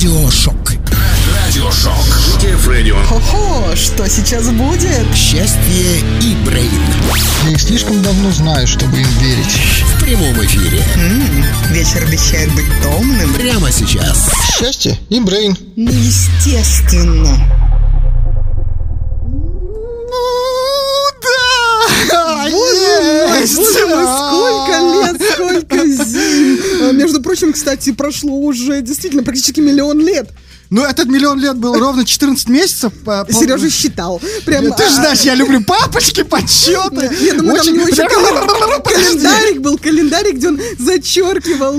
Радиошок. Хо-хо, что сейчас будет? Счастье и Брейн. Я их слишком давно знаю, чтобы им верить. В прямом эфире. Вечер обещает быть томным. Прямо сейчас. Счастье и Брейн. Ну, естественно. Боже мой, сколько лет, сколько зим. Между прочим, кстати, прошло уже действительно практически 1 000 000 лет. Ну, этот 1 000 000 лет был ровно 14 месяцев. Сережа считал. Прям, ты же знаешь, я люблю папочки, подсчеты. Я думаю, там у него еще календарик был, где он зачеркивал.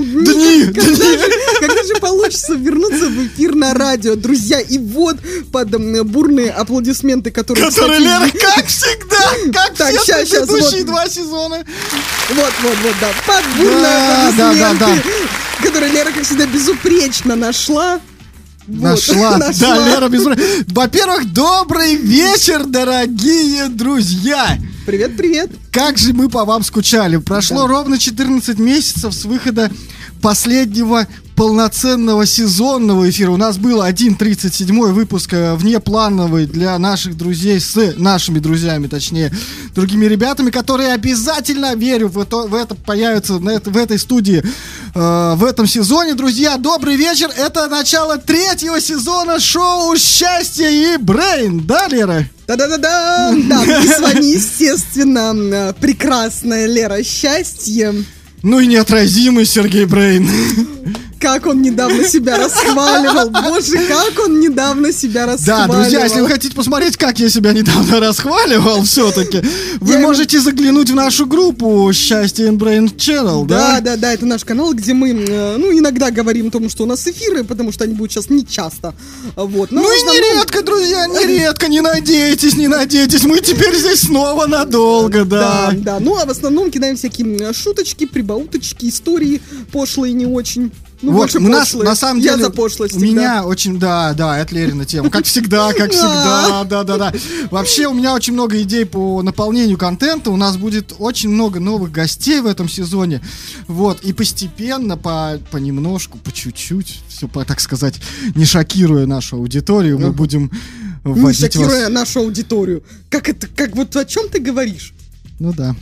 Когда же получится вернуться в эфир на радио, друзья? И вот под бурные аплодисменты, которые Лера, как всегда, как все предыдущие 2 сезона. Вот, да, под бурные аплодисменты, которые Лера, как всегда, безупречно нашла. Нашла. Да, Лера безумно. Во-первых, добрый вечер, дорогие друзья. Привет. Как же мы по вам скучали. Прошло ровно 14 месяцев с выхода последнего полноценного сезонного эфира. У нас был 1.37 выпуск внеплановый для наших друзей, с нашими друзьями, точнее, другими ребятами, которые обязательно, верю, в это появятся в этой студии в этом сезоне. Друзья, добрый вечер. Это начало 3-го сезона шоу «Счастье и Брейн». Да, Лера? Да, мы с вами, естественно, прекрасная Лера Счастье. Ну и неотразимый Сергей Брейн. Как он недавно себя расхваливал. Боже, как он недавно себя расхваливал. Да, друзья, если вы хотите посмотреть, как я себя недавно расхваливал, все-таки, вы можете заглянуть в нашу группу «Счастье and Brain Channel», да? Да, это наш канал, где мы, иногда говорим о том, что у нас эфиры, потому что они будут сейчас нечасто. Вот. Ну и нередко, друзья, нередко, не надейтесь, мы теперь здесь снова надолго, да. Да, ну а в основном кидаем всякие шуточки, прибауточки, истории пошлые не очень. Ну, вот, у нас, на самом деле, я за пошлость у меня очень, да, это Лерина тема, как всегда, да. Вообще, у меня очень много идей по наполнению контента, у нас будет очень много новых гостей в этом сезоне, вот, и постепенно, понемножку, по чуть-чуть, все, так сказать, не шокируя нашу аудиторию, мы будем вводить не шокируя нашу аудиторию. Как вот о чем ты говоришь? Ну да.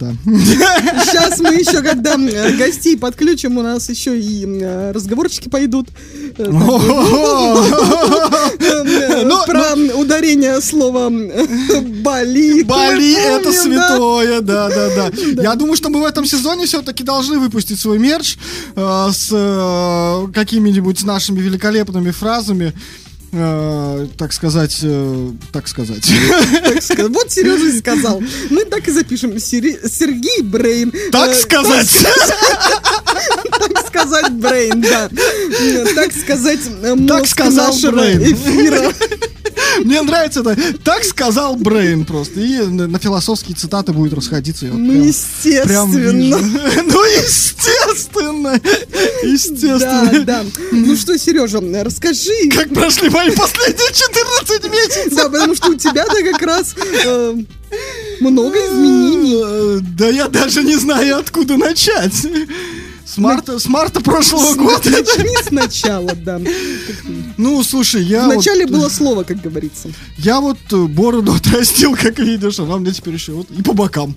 Сейчас мы еще, когда гостей подключим, у нас еще и разговорчики пойдут. Про ударение слова «Бали». Бали — это святое, да. Я думаю, что мы в этом сезоне все-таки должны выпустить свой мерч с какими-нибудь нашими великолепными фразами. Так сказать. Вот Сережа и сказал. Мы так и запишем. Сергей Брейн. Так сказать. Так сказать, Брейн, да. Так сказать, мозг нашего эфира. Мне нравится это. Так сказал Брейн просто. И на философские цитаты будет расходиться. Естественно. Естественно. Да. Ну что, Сережа, расскажи. Как прошли мои последние 14 месяцев? Да, потому что у тебя-то как раз много изменений. Да я даже не знаю, откуда начать. С марта прошлого года. Начни сначала, да. Ну, слушай, вначале было слово, как говорится. Я вот бороду отрастил, как видишь, она мне теперь еще и по бокам.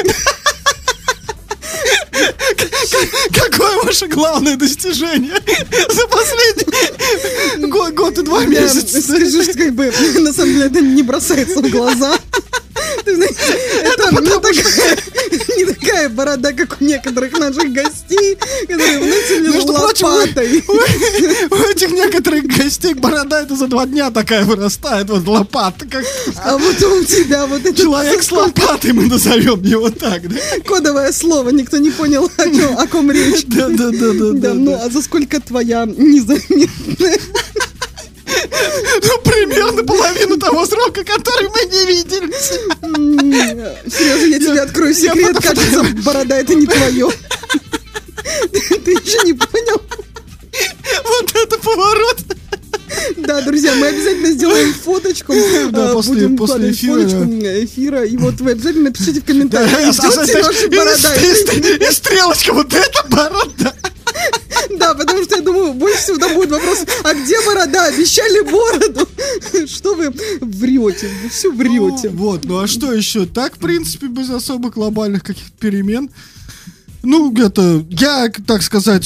Какое ваше главное достижение за последний год и 2 месяца? Скажи, что как бы на самом деле это не бросается в глаза. Ты знаешь, это не такая борода, как у некоторых наших гостей, которые вносили лопатой. У этих некоторых гостей борода это за 2 дня такая вырастает, вот лопата. А вот у тебя вот это... Человек с лопатой, мы назовем его так, да? Кодовое слово, никто не понял, о ком речь. Да. Ну, а за сколько твоя незаметная? Ну, примерно половину того срока, который мы не видели. Сережа, я тебе открою секрет. Кажется, борода это не твое. Ты еще не понял? Вот это поворот. Да, друзья, мы обязательно сделаем фоточку. Да, после эфира. И вот вы обязательно напишите в комментариях. И стрелочка, вот это борода. Да, Да, потому что я думаю, больше всего там будет вопрос, а где борода? Обещали бороду. Что вы врете? Вы все врете. Ну а что еще? Так, в принципе, без особых глобальных каких-то перемен. Ну, это, я, так сказать,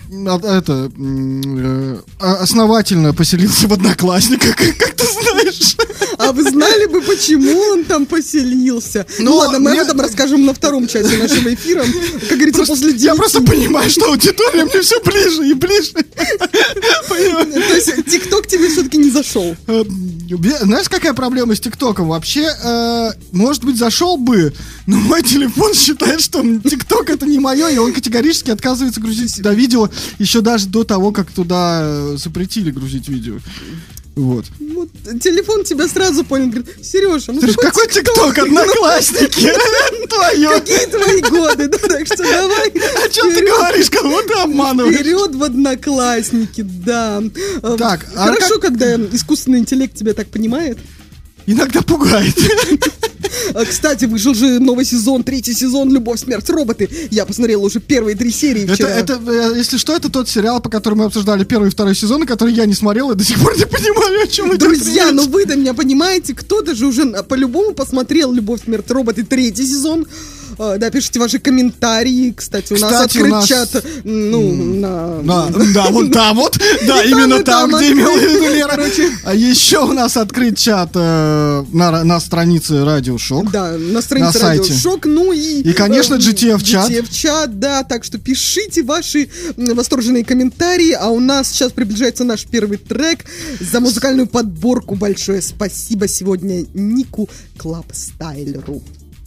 основательно поселился в Одноклассниках, как ты знаешь. А вы знали бы, почему он там поселился? Ну ладно, мы об этом расскажем на втором часе нашего эфира. Как говорится, после 9. Я просто понимаю, что аудитория мне все ближе и ближе. То есть ТикТок тебе все-таки не зашел? Знаешь, какая проблема с ТикТоком? Вообще, может быть, зашел бы, но мой телефон считает, что ТикТок это не мое, и он категорически отказывается грузить сюда видео еще даже до того, как туда запретили грузить видео. Вот. Телефон тебя сразу понял, говорит, Сережа, какой ТикТок, Одноклассники? Твое. Какие твои годы, да, так что давай. О чем ты говоришь, кого ты обманываешь? Вперед в Одноклассники, да. Так, хорошо, когда искусственный интеллект тебя так понимает. Иногда пугает. Кстати, вышел же новый сезон, 3-й сезон «Любовь, смерть, роботы». Я посмотрел уже первые 3 серии вчера. Это, если что, это тот сериал, по которому мы обсуждали 1 и 2 сезоны, который я не смотрел и до сих пор не понимаю, о чем идет речь. Друзья, ну вы-то меня понимаете, кто-то же уже по-любому посмотрел «Любовь, смерть, роботы» 3-й сезон. Да, пишите ваши комментарии. Кстати, у нас открыт чат. Да, вот там вот. Да, именно там, где имел в виду Лера. А еще у нас открыт чат на странице Радио Шок. Да, на странице Радио Шок. Ну и, конечно, GTF-чат. GTF-чат, да. Так что пишите ваши восторженные комментарии. А у нас сейчас приближается наш первый трек. За музыкальную подборку большое спасибо сегодня Нику Клабстайлеру.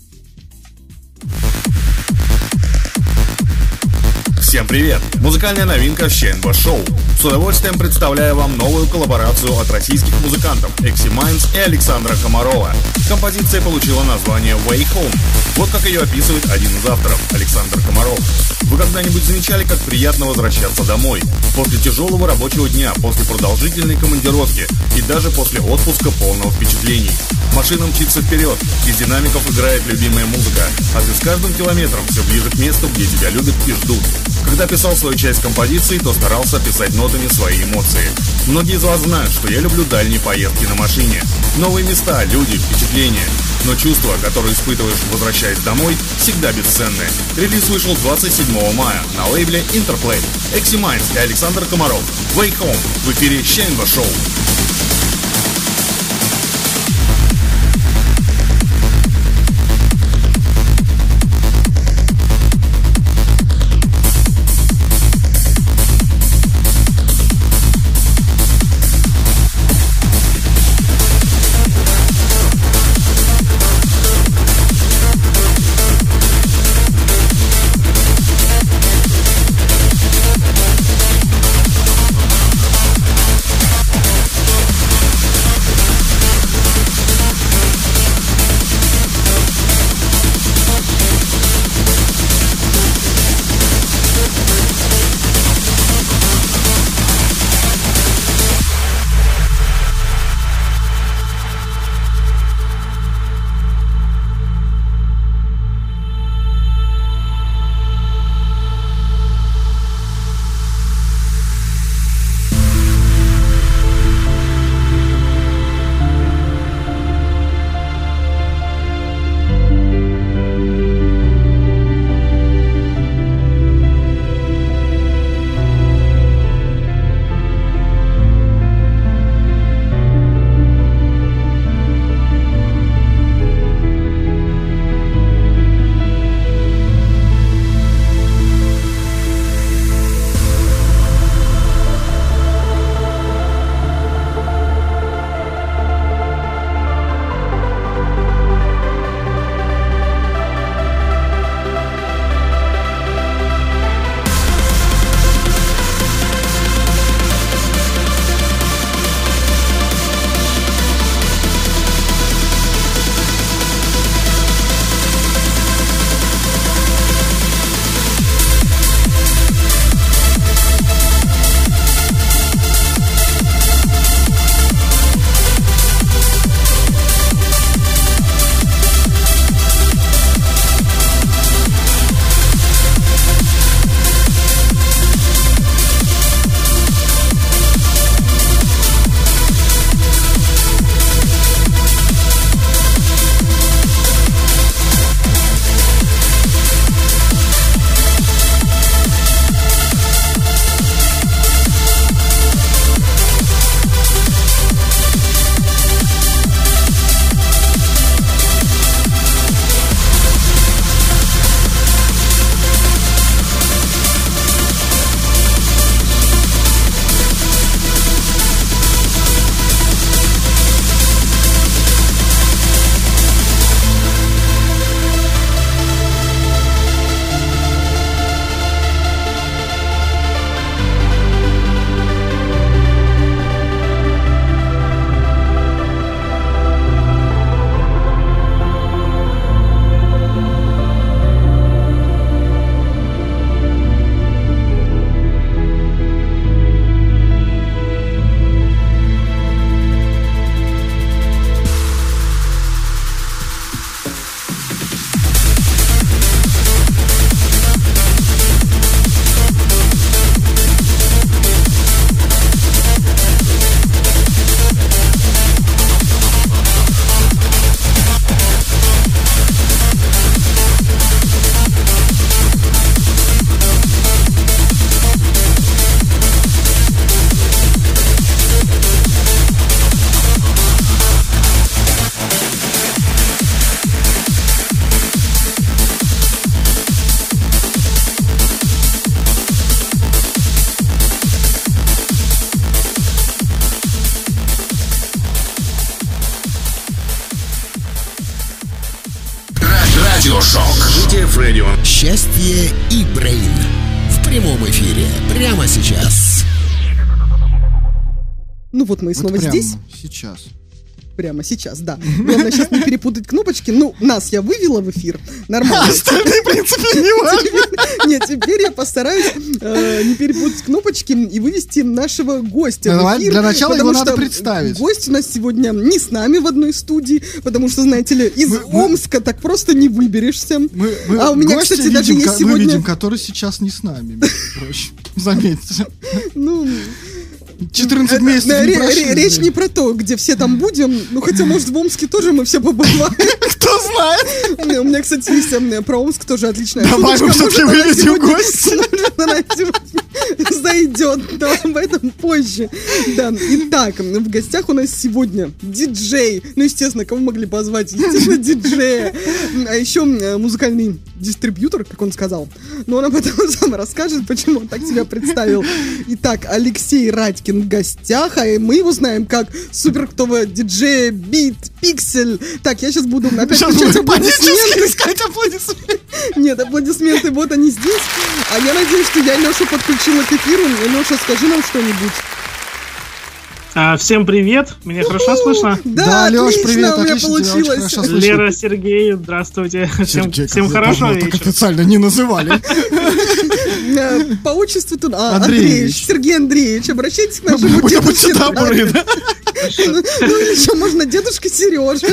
Всем привет! Музыкальная новинка в ЧНБ Шоу. С удовольствием представляю вам новую коллаборацию от российских музыкантов Экси Майнс и Александра Комарова. Композиция получила название Way Home. Вот как ее описывает один из авторов, Александр Комаров. Вы когда-нибудь замечали, как приятно возвращаться домой? После тяжелого рабочего дня, после продолжительной командировки и даже после отпуска полного впечатлений. Машина мчится вперед, из динамиков играет любимая музыка, а ты с каждым километром все ближе к месту, где тебя любят и ждут. Когда писал свою часть композиции, то старался писать нотами свои эмоции. Многие из вас знают, что я люблю дальние поездки на машине. Новые места, люди, впечатления. Но чувства, которые испытываешь, возвращаясь домой, всегда бесценны. Релиз вышел 27 мая на лейбле Interplay. Экси Майнс и Александр Комаров. Way Home в эфире ЧНБ Шоу. Счастье и Брейн. В прямом эфире. Прямо сейчас. Ну вот мы и снова Вот здесь. Сейчас. Прямо сейчас, да. Главное сейчас не перепутать кнопочки. Ну, нас я вывела в эфир. Нормально. Остальные, в принципе, не важно. Нет, теперь я постараюсь не перепутать кнопочки и вывести нашего гостя в Давай, эфир. для начала его потому надо что представить. Гость у нас сегодня не с нами в одной студии, потому что, знаете ли, из Мы- Омска так просто не выберешься. Мы А у меня, гостя кстати, даже видим, есть сегодня- мы видим, который сейчас не с нами. между прочим. Заметьте. Ну, 14 месяцев не прошли. речь не про то, где все там будем. Ну, хотя, может, в Омске тоже мы все побываем. Кто знает? У меня, кстати, есть про Омск тоже отличная Давай мы шуточка. все-таки Может, она выведем сегодня- гостя. может, она сегодня зайдет, но об этом позже. Да, итак, в гостях у нас сегодня диджей. Ну, естественно, кого могли позвать? Естественно, диджея. А еще музыкальный дистрибьютор, как он сказал. Но он об этом сам расскажет, почему он так себя представил. Итак, Алексей Радькин в гостях, а мы его знаем как суперктового диджея Бит Пиксель. Так, я сейчас буду опять Сейчас включать буду панически аплодисменты. искать аплодисменты. Нет, аплодисменты, вот они здесь. А я надеюсь, что я Лешу подключила к эфиру. Леша, скажи нам что-нибудь. Всем привет, меня хорошо слышно? Да, Лёш, отлично, привет, у меня отлично, тебя очень получилось. хорошо слышно. Лера, Сергей, здравствуйте. Сергей, Всем как хорошего давно так вечера. официально не называли. По отчеству тут Андреевич. Андреевич, Сергей Андреевич, обращайтесь к нашему Будь дедушке. добры, да? Ну или еще можно дедушка Сережа.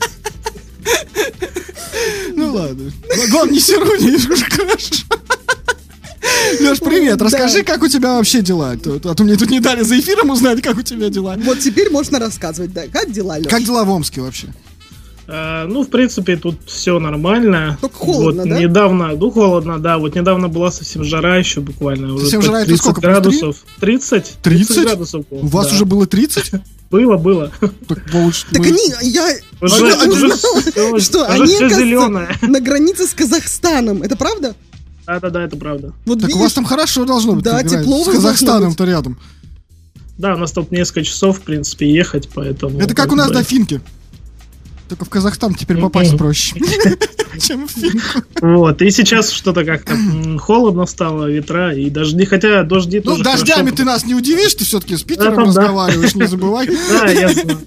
Ну ладно. Главное, не сируни, уже хорошо. Леш, привет. Да. Расскажи, как у тебя вообще дела? А то мне тут не дали за эфиром узнать, как у тебя дела. Вот теперь можно рассказывать, да. Как дела, Леш? Как дела в Омске вообще? Ну, в принципе, тут все нормально. Только холодно, вот да? Недавно, холодно, да. Вот недавно была совсем жара еще буквально. Уже Совсем так жара, это 30 сколько, плюс градусов. 30? 30? градусов. У вас да. уже было 30? Было. Так, получ- Так мы- они, я Уже узнала, всё- что уже они, все оказывается, зеленое. на границе с Казахстаном. Это правда? Да, это правда. Вот Так у видишь? вас там хорошо должно быть. Да, как играет. тепло С у вас должно Казахстаном-то рядом. Да, у нас тут несколько часов, в принципе, ехать, поэтому... Это как у нас бы- до Финки. Только в Казахстан теперь попасть проще, чем в Финку. Вот, и сейчас что-то как-то холодно стало, ветра и дожди, хотя дожди Ну, тоже дождями хорошо. ты нас не удивишь, ты все-таки с Питером Да. разговариваешь, не забывай. Да, я знаю.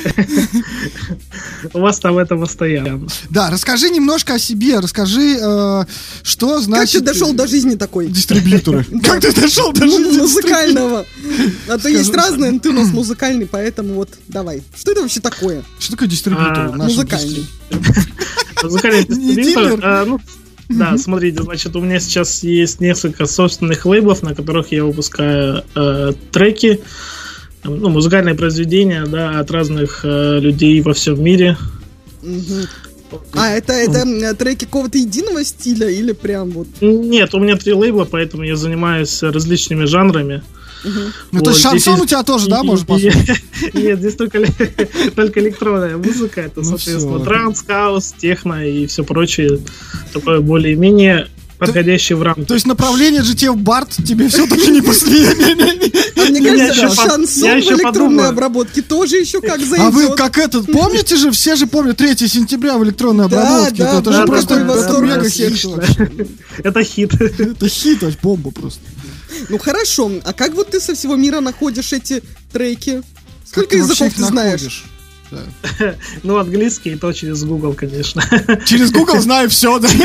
У вас там это постоянно. Да, расскажи немножко о себе, расскажи, что Как ты значит... дошел до жизни такой? Дистрибьюторы. Как ты дошел до жизни Музыкального. А то есть Скажу. разные, но ты у нас музыкальный, поэтому вот давай. Что это вообще такое? Что такое дистрибьютор? Наш Музыкальный. Музыкальный Не дистрибьютор. дилер. Да, смотрите, значит, у меня сейчас есть несколько собственных лейблов, на которых я выпускаю треки, ну, музыкальные произведения, да, от разных людей во всем мире. Мгм. А это треки какого-то единого стиля или прям вот? Нет, у меня 3 лейбла, поэтому я занимаюсь различными жанрами. Ну, то есть Вот, здесь шансон есть- у тебя тоже, да, и- может и- послушать? Нет, здесь только электронная музыка. Это, Ну соответственно, всё. транс, хаус, техно и все прочее. Такое более-менее подходящее в рамки. То есть направление GTF Барт тебе все-таки не последнее. А мне Я кажется, ещё шансон я в ещё электронной подумаю. обработке тоже еще как А зайдет. вы как этот, помните же, все же помнят 3 сентября в электронной Да, обработке. да, Это да, же просто такой это восторг мега у хит всех. вообще. Это хит. Это хит, вообще, бомба просто. Ну хорошо, а как вот ты со всего мира находишь эти треки? Как Сколько ты вообще языков их ты знаешь? находишь? Да. Ну, английский, то через Google, конечно. Через Google знаю все, да.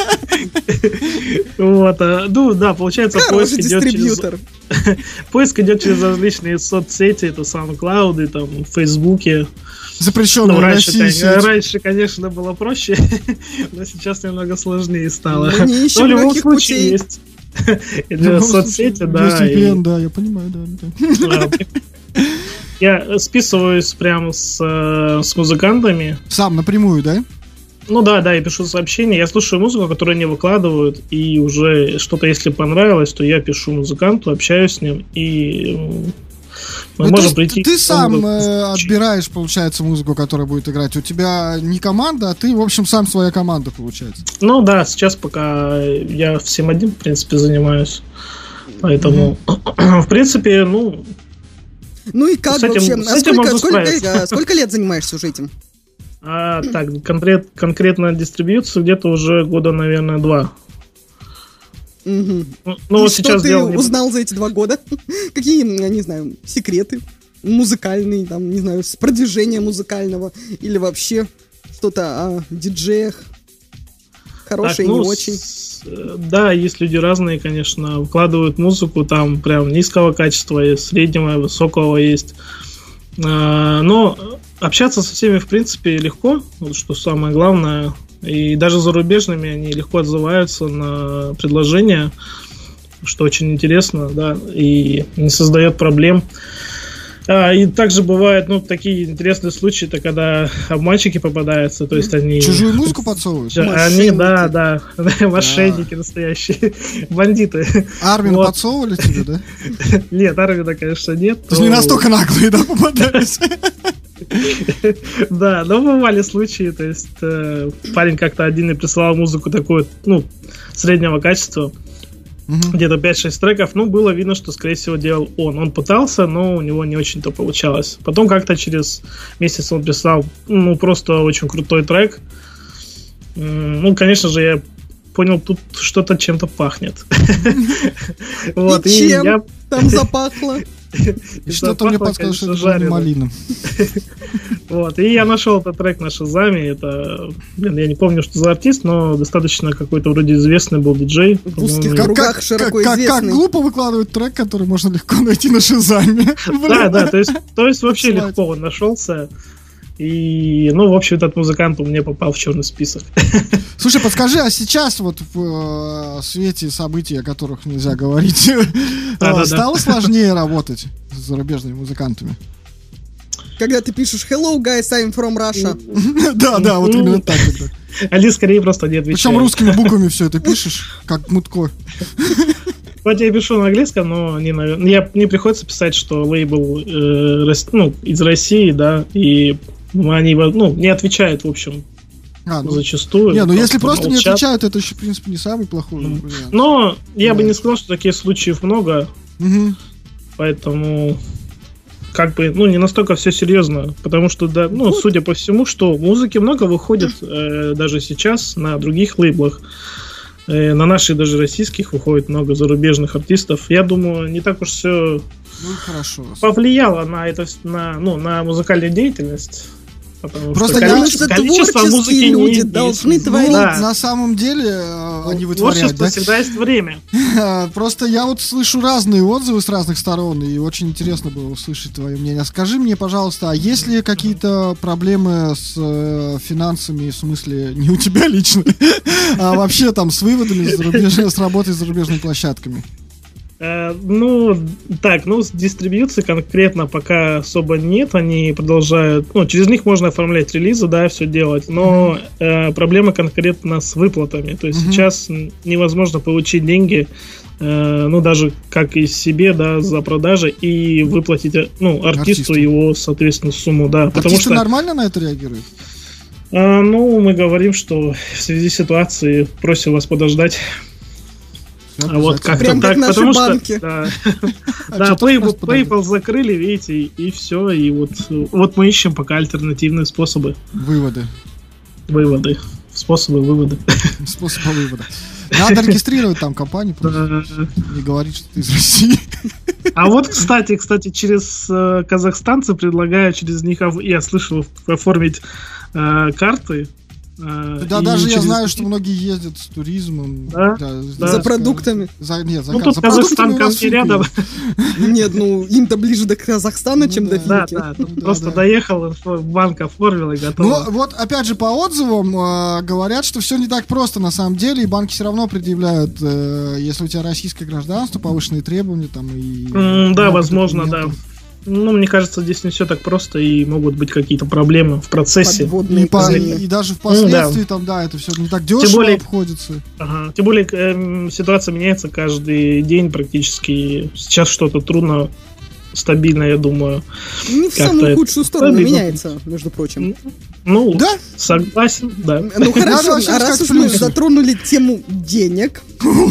Вот, ну да, получается, Хороший дистрибьютор. поиск идет через различные соцсети, это SoundCloud, там, в Фейсбуке. Запрещенная Ну, в России сеть. раньше, конечно, было проще, но сейчас немного сложнее стало. Мы не ищем Но в любом легких случае путей. есть Ну, соцсети, да. Есть и, VPN, да, я понимаю, да. я списываюсь прямо с музыкантами. Сам напрямую, да? Ну да, я пишу сообщения, я слушаю музыку, которую они выкладывают, и уже что-то, если понравилось, то я пишу музыканту, общаюсь с ним, и мы Ну, то можем есть прийти... ты к сам какому-то отбираешь, получается, музыку, которая будет играть. У тебя не команда, а ты, в общем, сам своя команда, получается. Ну да, сейчас пока я всем один, в принципе, занимаюсь. Поэтому, в принципе, ну, Ну и как С этим- вообще? с этим можно Сколько справиться. лет занимаешься уже этим? так, конкретно дистрибьюцию где-то уже года, наверное, 2. Мгм. Ну, И вот что сейчас ты дело не- узнал за эти 2 года? Какие, я не знаю, секреты музыкальные, там, не знаю, с продвижения музыкального или вообще что-то о диджеях? Хорошие, Так, не ну, очень. Да, есть люди разные, конечно, вкладывают музыку, там прям низкого качества, есть среднего, высокого есть. Но общаться со всеми, в принципе, легко, вот что самое главное. И даже зарубежными они легко отзываются на предложения, что очень интересно, да, и не создает проблем. И также бывают, ну, такие интересные случаи, это когда обманщики попадаются, то есть они... Чужую музыку подсовывают? Да, они, да, мошенники настоящие, бандиты. Армин Вот. подсовывали тебе, да? Нет, Армина, конечно, нет. То есть не настолько наглые, да, попадались? Да, но бывали случаи, то есть парень как-то один мне присылал музыку такую, ну, среднего качества, где-то 5-6 треков, ну, было видно, что, скорее всего, делал он. Он пытался, но у него не очень-то получалось. Потом как-то через месяц он прислал, ну, просто очень крутой трек. Ну, конечно же, я понял, тут что-то чем-то пахнет. Вот, И чем там запахло? И что-то мне подсказывает, что это была малина. Вот, и я нашел этот трек на Шазаме. Это, блин, я не помню, что за артист, но достаточно какой-то вроде известный был диджей. В узких По-моему, кругах широко Как известный. глупо выкладывать трек, который можно легко найти на Шазаме. Да, то есть вообще Слать. легко он нашелся. И, ну, в общем, этот музыкант у меня попал в черный список. Слушай, подскажи, а сейчас вот в свете событий, о которых нельзя говорить, Да-да-да. стало сложнее работать с зарубежными музыкантами? Когда ты пишешь «Hello, guys, I'm from Russia». Да, вот именно так. Они скорее просто не отвечают. Причем русскими буквами все это пишешь, как Мутко. Хоть я пишу на английском, но мне приходится писать, что лейбл из России, да, и они, ну, не отвечают, в общем, зачастую. Не, ну если просто не молчат. отвечают, это еще, в принципе, не самый плохой вариант. Но я бы не сказал, что таких случаев много, Мгм. поэтому как бы, ну, не настолько все серьезно, потому что, да, ну, судя по всему, что музыки много выходит даже сейчас на других лейблах. На наших, даже российских, выходит много зарубежных артистов. Я думаю, не так уж все Ну и хорошо. повлияло на это, на музыкальную деятельность. Потому Просто что я- количество Творческие музыки люди не должны есть. творить. Ну, Да. на самом деле они вытворяют, Творчество да? всегда есть время. Просто я вот слышу разные отзывы с разных сторон, и очень интересно было услышать твое мнение. Скажи мне, пожалуйста, а есть ли какие-то проблемы с финансами, в смысле, не у тебя лично, а вообще там с выводами с работой с зарубежными площадками? С дистрибьюцией конкретно пока особо нет, они продолжают, ну, через них можно оформлять релизы, да, все делать, но проблема конкретно с выплатами, то есть сейчас невозможно получить деньги, ну, даже как и себе, да, за продажи и выплатить, ну, артисту его, соответственно, сумму, да, потому Артисты что... нормально на это реагируют? мы говорим, что в связи с ситуацией просим вас подождать. А вот как-то Прям как так, наши потому банки. что да, что тут нас PayPal закрыли, видите, и все, и вот мы ищем пока альтернативные способы Выводы. способы вывода. Способы вывода. Надо регистрировать там компанию, просто не говорить, что ты из России. А вот, кстати, через казахстанцы предлагают через них, я слышал, оформить карты. Да, даже я знаю, что многие ездят с туризмом. Да? За продуктами. Нет, за Ну, тут за Казахстан продуктами у нас ко мне рядом. Нет, ну им-то ближе до Казахстана, чем до Да, Финки. тут просто доехал, в банк оформил и готово. Ну, вот, опять же, по отзывам говорят, что все не так просто на самом деле, и банки все равно предъявляют, если у тебя российское гражданство, повышенные требования там и... Да, много возможно, да. документов. Ну, мне кажется, здесь не все так просто, и могут быть какие-то проблемы в процессе. Подводные И, камни. даже впоследствии там, да, это все не так дешево более- обходится. Ага. Тем более ситуация меняется каждый день практически. Сейчас что-то трудно, стабильно, я думаю. Не в как-то самую это худшую сторону стабильно. меняется, между прочим. Ну, Да? согласен, да. Ну хорошо, вообще а раз сказать уж мы плюсы. затронули тему денег,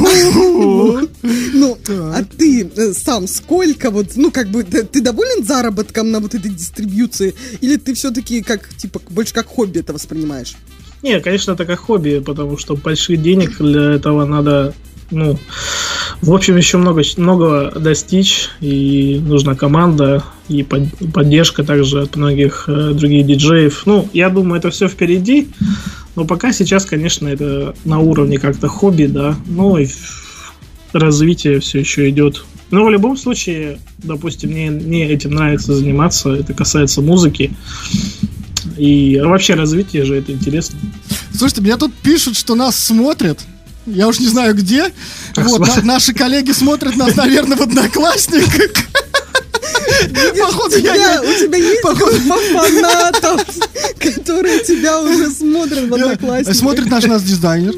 ну, а ты сам сколько вот, ну как бы, ты доволен заработком на вот этой дистрибьюции, или ты все-таки как, типа, больше как хобби это воспринимаешь? Не, конечно, это как хобби, потому что больших денег для этого надо в общем, еще много достичь, и нужна команда, и поддержка также от многих других диджеев. Я думаю, это все впереди, но пока сейчас, конечно, это на уровне как-то хобби, да, и развитие все еще идет. Но в любом случае, допустим, мне этим нравится заниматься, это касается музыки. И вообще развитие же, это интересно. Слушайте, мне тут пишут, что нас смотрят. Я уж не знаю где. Наши коллеги смотрят нас, наверное, в Одноклассниках. Походу, у тебя есть группа фанатов, которые тебя уже смотрят в Одноклассниках. Смотрит наш дизайнер.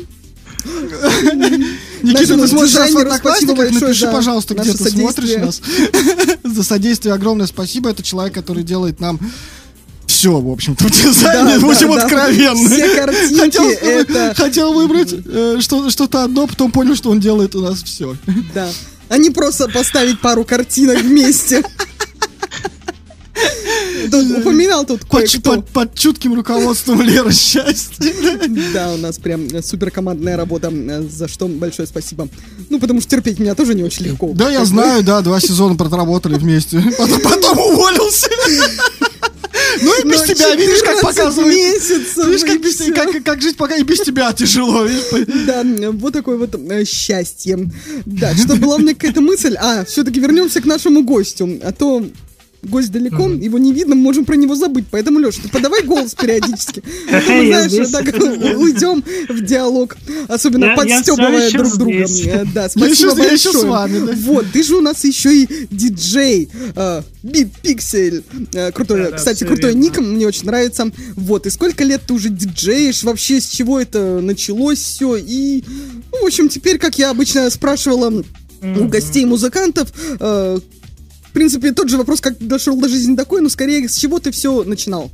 Никита, ты смотришь нас в Одноклассниках, напиши, пожалуйста, где ты смотришь нас. За содействие огромное спасибо. Это человек, который делает нам все, в общем-то, в дизайне, будем откровенны. Все картинки хотел выбрать что-то одно, потом понял, что он делает у нас все. Да. А не просто поставить пару картинок вместе. Упоминал тут кое-кто. Под чутким руководством Леры Счастья. Да, у нас прям суперкомандная работа, за что большое спасибо. Потому что терпеть меня тоже не очень легко. Да, я знаю, 2 сезона проработали вместе. Потом уволился. И без тебя, видишь, как показывают. Видишь, как жить пока и без тебя тяжело. Да, вот такое вот счастье. Да, что была у меня какая-то мысль. Все-таки вернемся к нашему гостю. А то гость далеко, его не видно, мы можем про него забыть. Поэтому, Леша, ты подавай голос периодически. Знаешь, так уйдем в диалог, особенно подстебывая друг друга. Да, спасибо большое. Вот, ты же у нас еще и диджей. Битпиксель. Крутой, кстати, крутой ник, мне очень нравится. Вот, и сколько лет ты уже диджеешь? Вообще, с чего это началось все? И, в общем, теперь, как я обычно спрашивала у гостей-музыкантов, в принципе, тот же вопрос, как дошел до жизни такой, но скорее, с чего ты все начинал?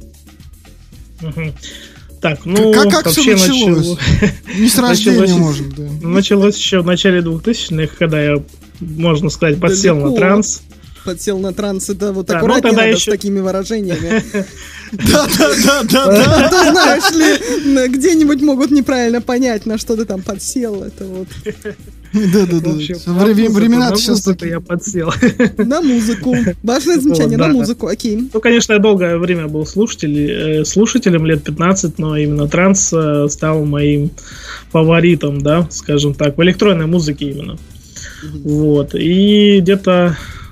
Так, как все началось? Не с рождения, может, да. Началось еще в начале 2000-х, когда я, можно сказать, подсел на транс. Подсел на транс, это вот аккуратнее надо с такими выражениями. Да. Ты знаешь ли, где-нибудь могут неправильно понять, на что ты там подсел, это вот... Да. Времена сейчас такие. Я подсел. На музыку. Важное замечание, на музыку, окей. Конечно, я долгое время был слушателем, лет 15, но именно транс стал моим фаворитом, да, скажем так, в электронной музыке именно. Вот. И где-то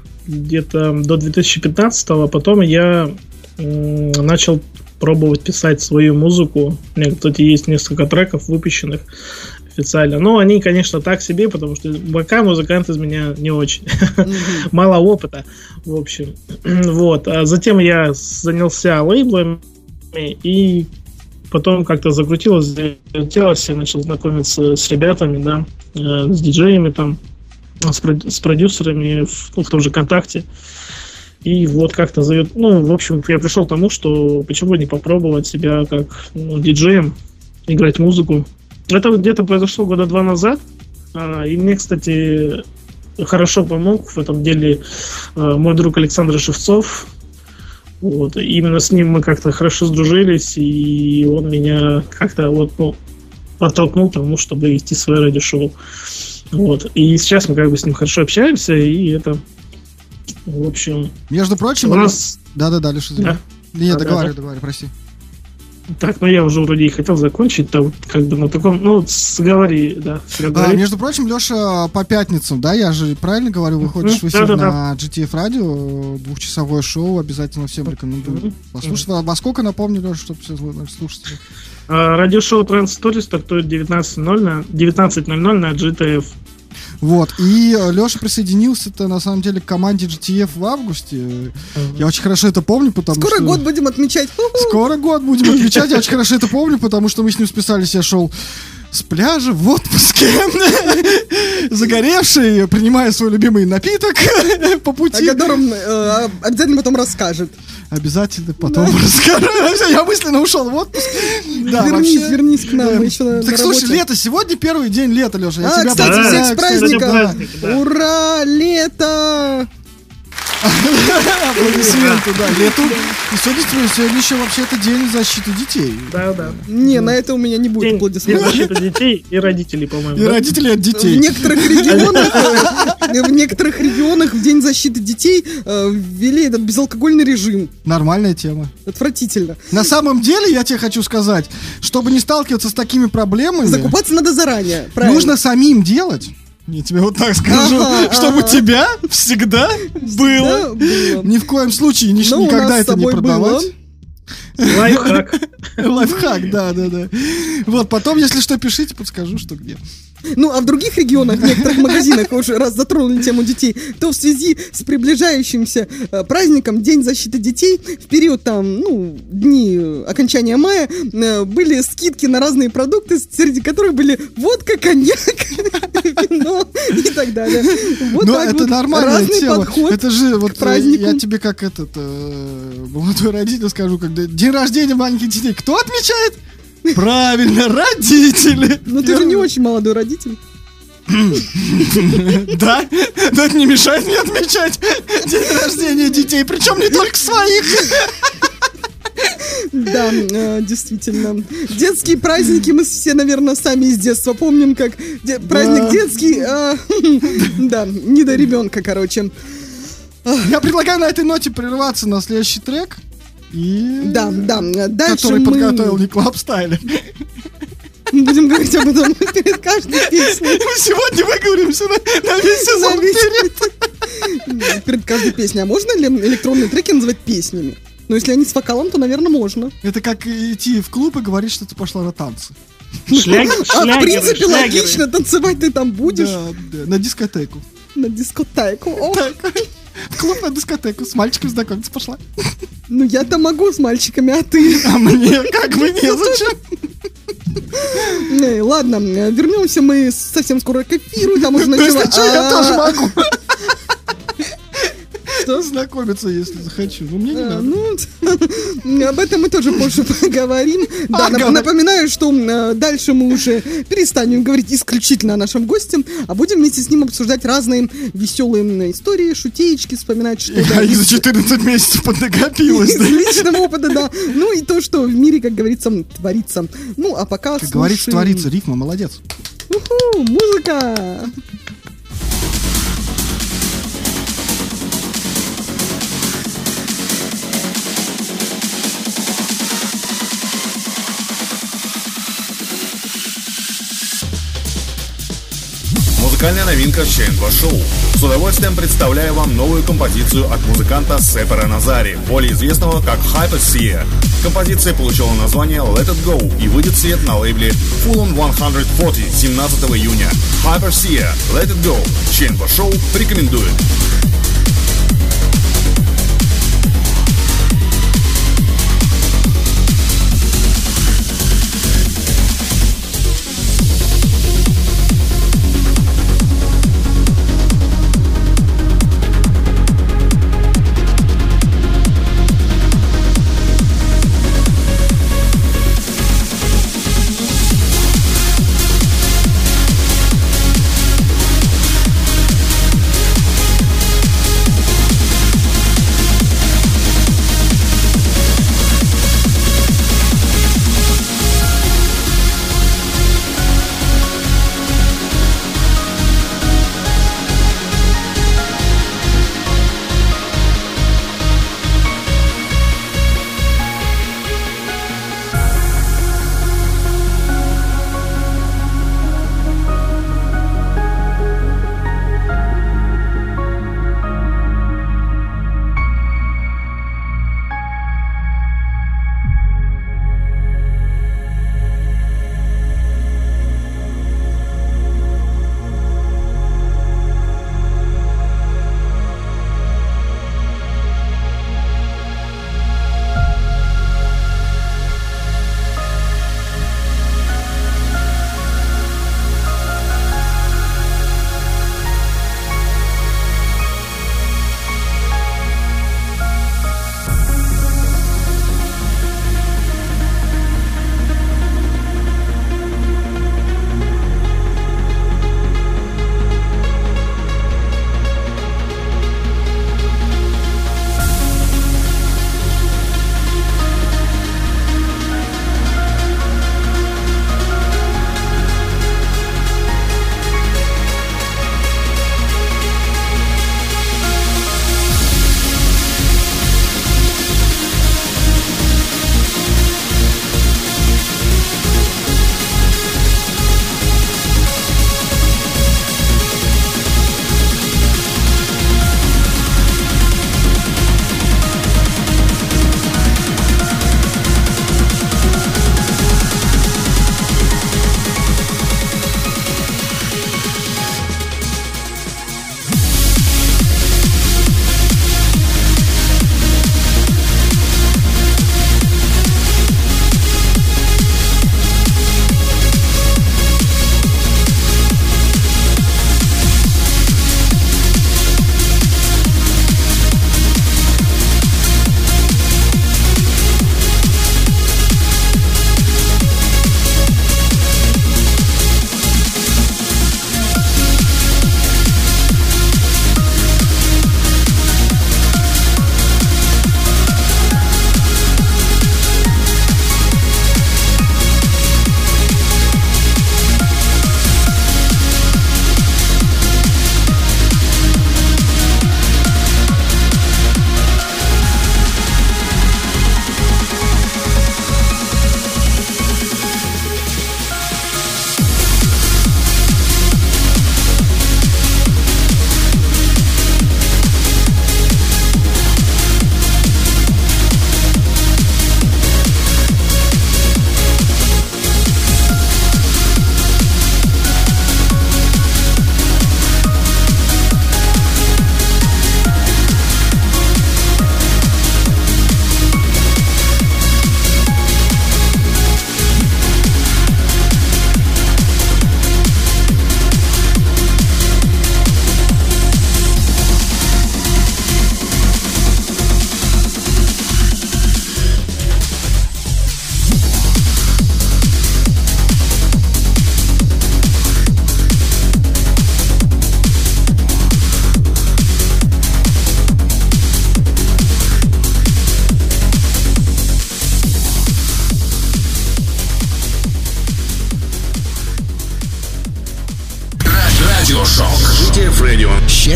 до 2015-го потом я начал пробовать писать свою музыку. У меня, кстати, есть несколько треков выпущенных официально. Но они, конечно, так себе, потому что пока музыкант из меня не очень. Мало опыта, в общем. Вот. А затем я занялся лейблами, и потом как-то закрутилось, завертелось, я начал знакомиться с ребятами, да, с диджеями там, с продюсерами в том же ВКонтакте. И вот как-то в общем, я пришел к тому, что почему не попробовать себя как диджеем, играть музыку. Это где-то произошло 2 года назад. И мне, кстати, хорошо помог в этом деле мой друг Александр Шевцов. Вот. И именно с ним мы как-то хорошо сдружились, и он меня как-то подтолкнул к тому, чтобы вести свое радиошоу. Вот. И сейчас мы как бы с ним хорошо общаемся, и это, в общем... Между прочим, у нас... Да, Леша, да? Нет, договаривай, прости. Так, я уже вроде и хотел закончить, то как бы на таком, говори, да. Между прочим, Леша, по пятницам, да, я же правильно говорю, выходишь в эфир на GTF Radio, 2-часовое шоу, обязательно всем рекомендую послушать. Во сколько, напомню, Леша, чтобы все слушатели? Радиошоу Trans Story стартует 19:00 на GTF. Вот, и Леша присоединился-то, на самом деле, к команде GTF в августе. Я очень хорошо это помню, потому что... Скоро год будем отмечать. Скоро год будем отмечать, я очень хорошо это помню, потому что мы с ним списались, я шел с пляжа в отпуске, загоревший, принимая свой любимый напиток по пути. О котором обязательно потом расскажет. Обязательно потом расскажу. Я мысленно ушел в отпуск. Вернись к нам. Так слушай, лето, сегодня первый день лета, Леша. Кстати, всех с праздником. Ура, лето! Аплодисменты, да. Лету. И сегодня еще вообще-то день защиты детей. Да. Не, на это у меня не будет День аплодисментов. защиты детей и родителей, по-моему. И да? родители от В детей. некоторых регионах в День защиты детей ввели этот безалкогольный режим. Нормальная тема. Отвратительно. На самом деле, я тебе хочу сказать, чтобы не сталкиваться с такими проблемами, Закупаться надо заранее. Правильно. нужно самим делать. Я тебе вот так скажу, Ага, чтобы ага. тебя всегда было. Да, было. Ни в коем случае Но у никогда нас с это не собой продавать. Лайфхак. Лайфхак, да. Вот, потом, если что, пишите, подскажу, что где. Ну, а в других регионах, в некоторых магазинах, уже раз затронули тему детей, то в связи с приближающимся праздником День защиты детей, в период там, дни окончания мая, были скидки на разные продукты, среди которых были водка, коньяк, вино и так далее. Вот Ну, так это вот. нормальная Разный тема. подход Это же, вот, к празднику. я тебе как молодой родитель скажу, когда день рождения маленьких детей, кто отмечает? Правильно, родители. Ну, ты же не очень молодой родитель. Да, но это не мешает мне отмечать день рождения детей, причем не только своих. Да, действительно. Детские праздники мы все, наверное, сами из детства помним, как праздник детский. Да, не до ребенка, короче. Я предлагаю на этой ноте прерваться на следующий трек. Да, дальше Который мы подготовил не Клаб Стайлер. будем говорить об этом перед каждой песней. Мы сегодня выговоримся на весь сезон вперед. Перед каждой песней. А можно ли электронные треки называть песнями? Ну, если они с вокалом, то, наверное, можно. Это как идти в клуб и говорить, что ты пошла на танцы. А в принципе, шлягеры. логично, танцевать ты там будешь Да, на дискотеку. на дискотеку. Ох. Так, в клуб на дискотеку, с мальчиком знакомиться пошла. Ну, я-то могу с мальчиками, а ты? А мне как бы незачем. Ладно, вернемся мы совсем скоро к эфиру. Там уже То есть, начала... что, я тоже могу. Что? Знакомиться, если захочу. Но мне не надо. Ну, об этом мы тоже позже поговорим. Да, Ага. напоминаю, что дальше мы уже перестанем говорить исключительно о нашем госте, а будем вместе с ним обсуждать разные веселые истории, шутеечки, вспоминать, что да, И за 14 месяцев поднакопилось. из личного опыта, да. Ну и то, что в мире, как говорится, творится. Ну, а пока Как говорится, слушаем. творится. Рифма, молодец. Уху, музыка! Музыкальная новинка в ЧНБ Шоу. С удовольствием представляю вам новую композицию от музыканта Сепера Назари, более известного как Hypersia. Композиция получила название Let It Go и выйдет в свет на лейбле Full On 140 17 июня. Hypersia, Let It Go. ЧНБ Шоу рекомендует.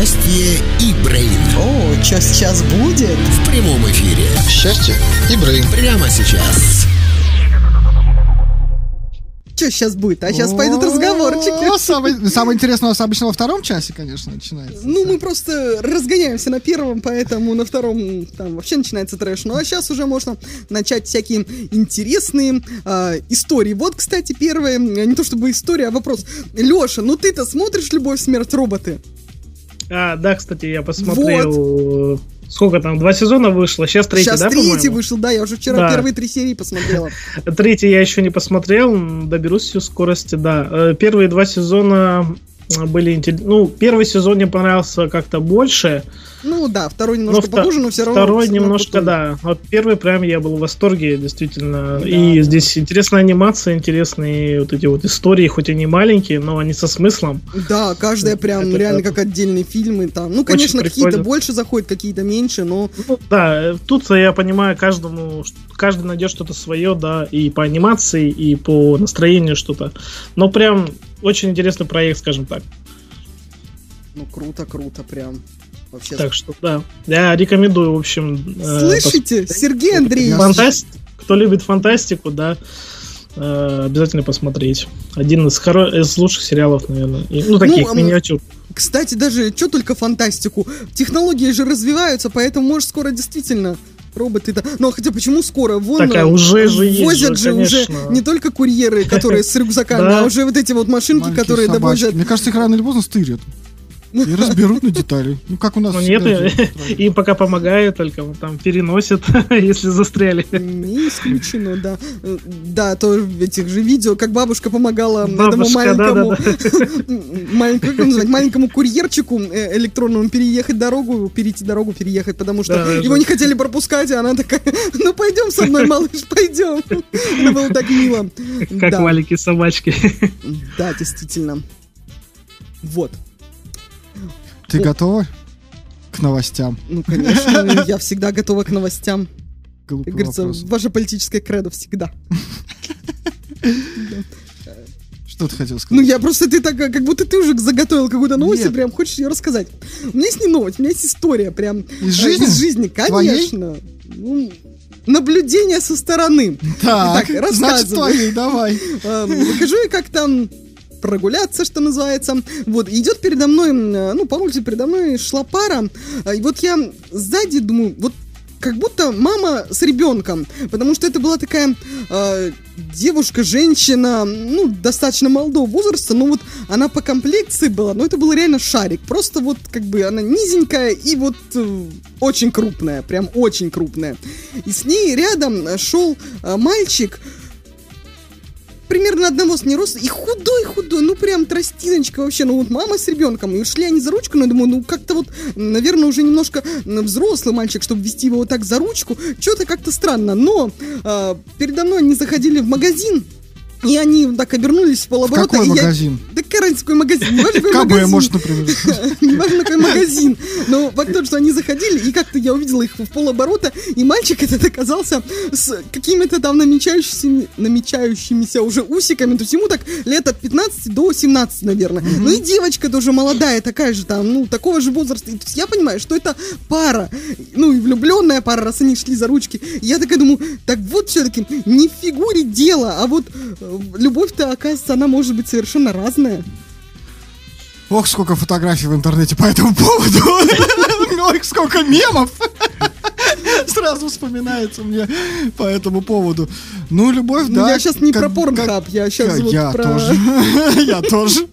Счастье и Брейн. О, что сейчас будет? В прямом эфире. Счастье и Брейн. Прямо сейчас. Что сейчас будет? А сейчас пойдут разговорчики. Самое интересное у нас обычно во втором часе, конечно, начинается. Ну, мы просто разгоняемся на первом, поэтому на втором там вообще начинается трэш. Ну, а сейчас уже можно начать всякие интересные истории. Вот, кстати, первая, не то чтобы история, а вопрос. Леша, ну ты-то смотришь «Любовь, смерть, роботы»? Да, кстати, я посмотрел... Сколько там, 2 сезона вышло? Сейчас третий, да, по-моему? Сейчас третий вышел, да, я уже вчера первые 3 серии посмотрела. Третий я еще не посмотрел, доберусь всю скорости, да. Первые 2 сезона были интересны. Ну, первый сезон мне понравился как-то больше. Ну да, второй немножко похуже, но все равно... Второй немножко, да. Вот первый прям я был в восторге, действительно. Да, и здесь интересная анимация, интересные вот эти вот истории, хоть они маленькие, но они со смыслом. Да, каждая прям это реально как отдельные фильмы там. Ну, конечно, какие-то больше заходят, какие-то меньше, но... Ну, да, тут я понимаю, каждый найдет что-то свое, да, и по анимации, и по настроению что-то. Но прям очень интересный проект, скажем так. Ну, круто, прям. Вообще. Так что, да, я рекомендую, в общем... Слышите, Сергей Андреевич? Кто любит фантастику, да, обязательно посмотреть. Один из лучших сериалов, наверное. Таких миниатюр. Кстати, даже что только фантастику. Технологии же развиваются, поэтому, может, скоро действительно... Роботы-то. Ну, хотя почему скоро? Вон уже возят же уже не только курьеры, которые с рюкзаками, а уже вот эти вот машинки, которые довозят. Мне кажется, их рано или поздно стырят. И разберут на детали. Ну, как у нас. Нет, им пока помогают, только там переносят, если застряли. Не исключено, да. Да, то в этих же видео, как бабушка помогала этому маленькому курьерчику электронному перейти дорогу, переехать, потому что его не хотели пропускать, и она такая: ну пойдем со мной, малыш, пойдем. Это было так мило. Как маленькие собачки. Да, действительно. Вот. Ты готова к новостям? Ну, конечно, я всегда готова к новостям. Глупый как говорится, вопрос. ваше политическое кредо всегда. Что ты хотел сказать? Ну, я просто, ты так, как будто ты уже заготовил какую-то новость, и прям хочешь ее рассказать. У меня есть не новость, у меня есть история прям. Из жизни? Из жизни, конечно. Ну, наблюдение со стороны. Так, рассказывай. Значит, твои, давай. Покажу я, как там прогуляться, что называется. Вот, идет передо мной, ну, по улице передо мной шла пара, и вот я сзади думаю, вот как будто мама с ребенком, потому что это была такая девушка, женщина, ну, достаточно молодого возраста, но вот она по комплекции была, но это был реально шарик, просто вот как бы она низенькая и вот очень крупная, прям очень крупная. И с ней рядом шел мальчик, примерно одного с ней роста, и худой, ну прям тростиночка вообще, ну вот мама с ребенком, и шли они за ручку, но я думаю, ну как-то вот, наверное, уже немножко взрослый мальчик, чтобы вести его вот так за ручку, что-то как-то странно, но передо мной они заходили в магазин, и они так обернулись в полоборота. В какой магазин? Да какой магазин? Не важно, какой КБ, магазин. может, например. Не важно, какой магазин. Но факт тот, что они заходили, и как-то я увидела их в полоборота, и мальчик этот оказался с какими-то там намечающимися уже усиками. То есть ему так лет от 15 до 17, наверное. Ну и девочка тоже молодая, такая же там, ну, такого же возраста. И, то есть я понимаю, что это пара. Ну и влюбленная пара, раз они шли за ручки. И я такая думаю, так вот все-таки не в фигуре дело, а вот любовь-то, оказывается, она может быть совершенно разная. Ох, сколько фотографий в интернете по этому поводу. Ох, сколько мемов. Сразу вспоминается мне по этому поводу. Ну, любовь, да. Я сейчас не про Порнхаб, я сейчас вот про... Я тоже.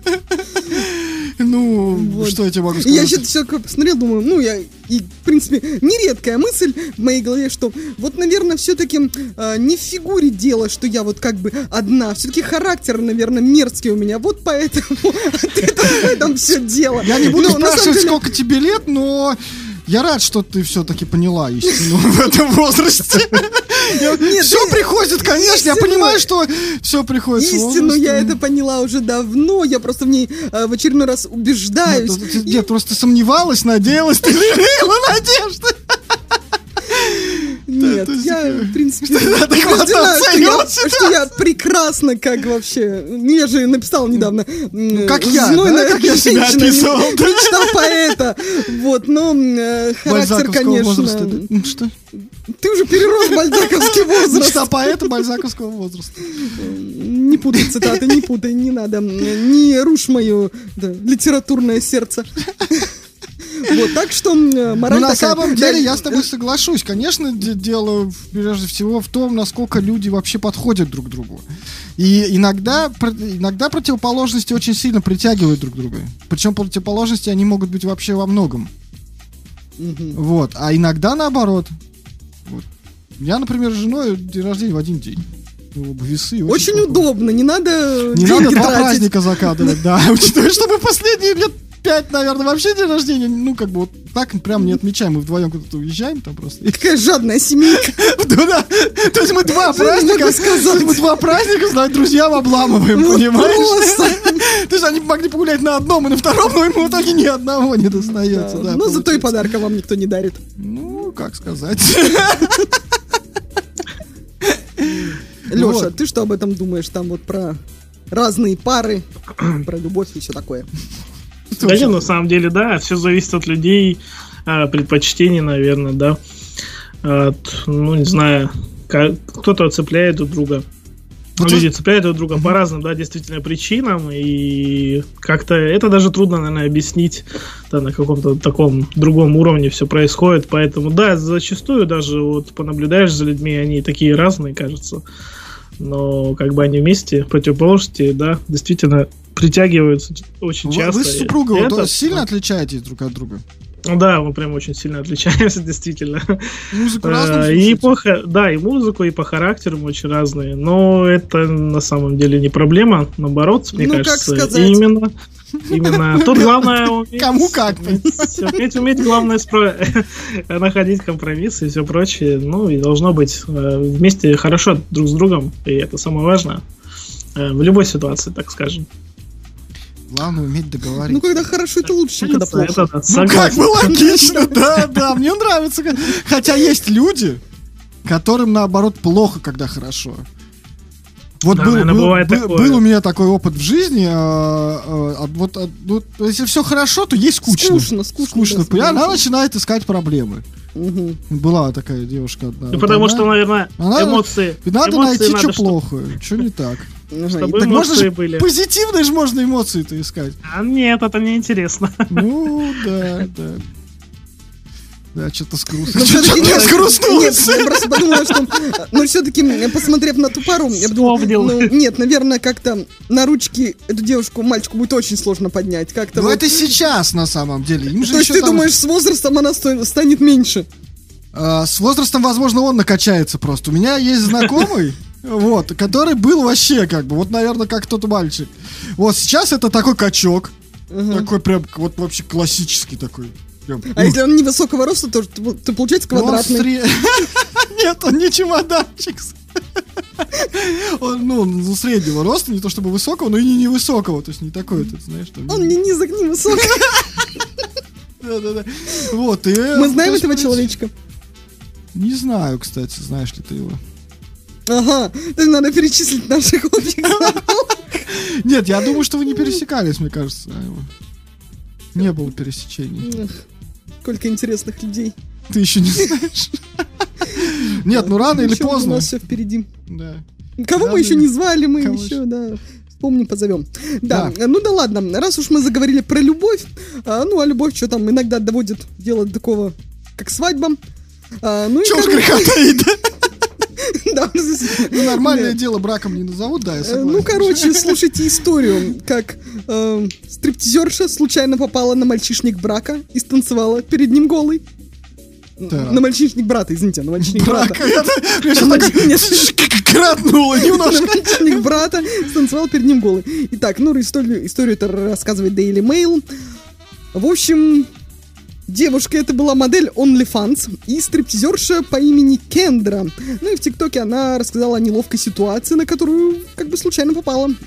Ну, вот. Что я тебе могу сказать? Я сейчас все посмотрел, думаю, ну, и, в принципе, нередкая мысль в моей голове, что вот, наверное, все-таки не в фигуре дело, что я вот как бы одна. Все-таки характер, наверное, мерзкий у меня. Вот поэтому это в этом все дело. Я не буду спрашивать, сколько тебе лет, но... Я рад, что ты все-таки поняла истину в этом возрасте. Все приходит, конечно, я понимаю, что все приходит с возрастом. Истину я это поняла уже давно, я просто в ней в очередной раз убеждаюсь. Нет, просто сомневалась, надеялась, ты лелеяла надежды. Нет, Нет, я, в принципе, адекватно убеждена, что я прекрасно, как вообще... Я же написал недавно... Как я, да? Как я себя описывал. Мечта поэта. Вот, но характер, конечно... Возраста, да? Что? Ты уже перерос бальзаковский возраст. Мечта поэта бальзаковского возраста. Не путай цитаты, не путай, не надо. Не рушь мое литературное сердце. Вот, так что мораль на такая. самом деле я с тобой соглашусь. Конечно, дело прежде всего в том, насколько люди вообще подходят друг к другу. И иногда противоположности очень сильно притягивают друг друга. Причем противоположности они могут быть вообще во многом. Вот. А иногда наоборот. Вот. Я, например, с женой день рождения в один день. Весы очень удобно, не надо два праздника закадывать, да. Учитывая, что мы последние лет 5, наверное, вообще день рождения, ну, как бы вот так прям не отмечаем. Мы вдвоем куда-то уезжаем там просто. Какая жадная семейка. Да. То есть мы два праздника, знаете, друзьям обламываем, понимаешь? То есть они могли погулять на одном и на втором, но им в итоге ни одного не достается. Но зато и подарка вам никто не дарит. Ну, как сказать. Леша, ты что об этом думаешь? Там вот про разные пары, про любовь и все такое. Да нет, на самом деле, да, все зависит от людей, предпочтений, наверное, да. Ну, не знаю, кто-то цепляет друг друга. Люди цепляют друг друга по разным, да, действительно причинам, и как-то это даже трудно, наверное, объяснить, да, на каком-то таком другом уровне все происходит, поэтому, да, зачастую даже вот понаблюдаешь за людьми, они такие разные, кажется, но как бы они вместе, противоположности, да, действительно притягиваются очень часто. Вы с супругой сильно отличаетесь друг от друга? Да, мы прям очень сильно отличаемся, действительно. Музыку разную и музыку, и по характеру мы очень разные. Но это на самом деле не проблема, наоборот, мне кажется. Как сказать? Именно тут главное кому как уметь главное находить компромиссы и все прочее. Ну и должно быть вместе хорошо друг с другом, и это самое важное в любой ситуации, так скажем. Главное уметь договориться. Ну, когда хорошо, это лучше, чем когда плохо. Ну, как бы логично, да, мне нравится. Хотя есть люди, которым, наоборот, плохо, когда хорошо. Вот был у меня такой опыт в жизни. Если все хорошо, то ей скучно. Скучно. И она начинает искать проблемы. Была такая девушка одна. Ну, потому что, наверное, эмоции. Надо найти, что плохо, что не так. Чтобы так можно же были. Позитивные же можно эмоции-то искать. Нет, это неинтересно. Ну, да. Да, что-то скрустнулось. Нет, я просто подумала, что... Ну, все-таки, посмотрев на ту пару, я подумала, нет, наверное, как-то на ручки эту девушку, мальчику будет очень сложно поднять. Ну, это сейчас, на самом деле. То есть ты думаешь, с возрастом она станет меньше? С возрастом, возможно, он накачается просто. У меня есть знакомый, вот, который был вообще как бы, вот, наверное, как тот мальчик. Вот сейчас это такой качок. Такой прям, вот вообще классический такой. А если он невысокого роста, то получается квадратный. Нет, он не чемоданчик. Он среднего роста, не то чтобы высокого, но и не невысокого. То есть не такой, ты знаешь. Он не низок, не высок. Да. Вот, мы знаем этого человечка? Не знаю, кстати, знаешь ли ты его. Ага, то есть надо перечислить наших общих знакомых. Нет, я думаю, что вы не пересекались, мне кажется. Не было пересечений. Сколько интересных людей. Ты еще не знаешь. Нет, ну рано или поздно. У нас все впереди. Да. Кого мы еще не звали, мы еще, да. Вспомним, позовем. Да, ну да ладно, раз уж мы заговорили про любовь, ну а любовь, что там, иногда доводит дело до такого, как свадьба. Чего уж греха таить, да? Да, нормальное дело браком не назовут, да, я согласен. Ну, короче, слушайте историю, как стриптизерша случайно попала на мальчишник брака и станцевала перед ним голой. На мальчишник брата, извините, на мальчишник брата. Кратнуло немножко. На мальчишник брата станцевал перед ним голой. Итак, ну, историю это рассказывает Daily Mail. В общем... Девушка это была модель OnlyFans и стриптизерша по имени Кендра. Ну и в ТикТоке она рассказала о неловкой ситуации, на которую как бы случайно попала.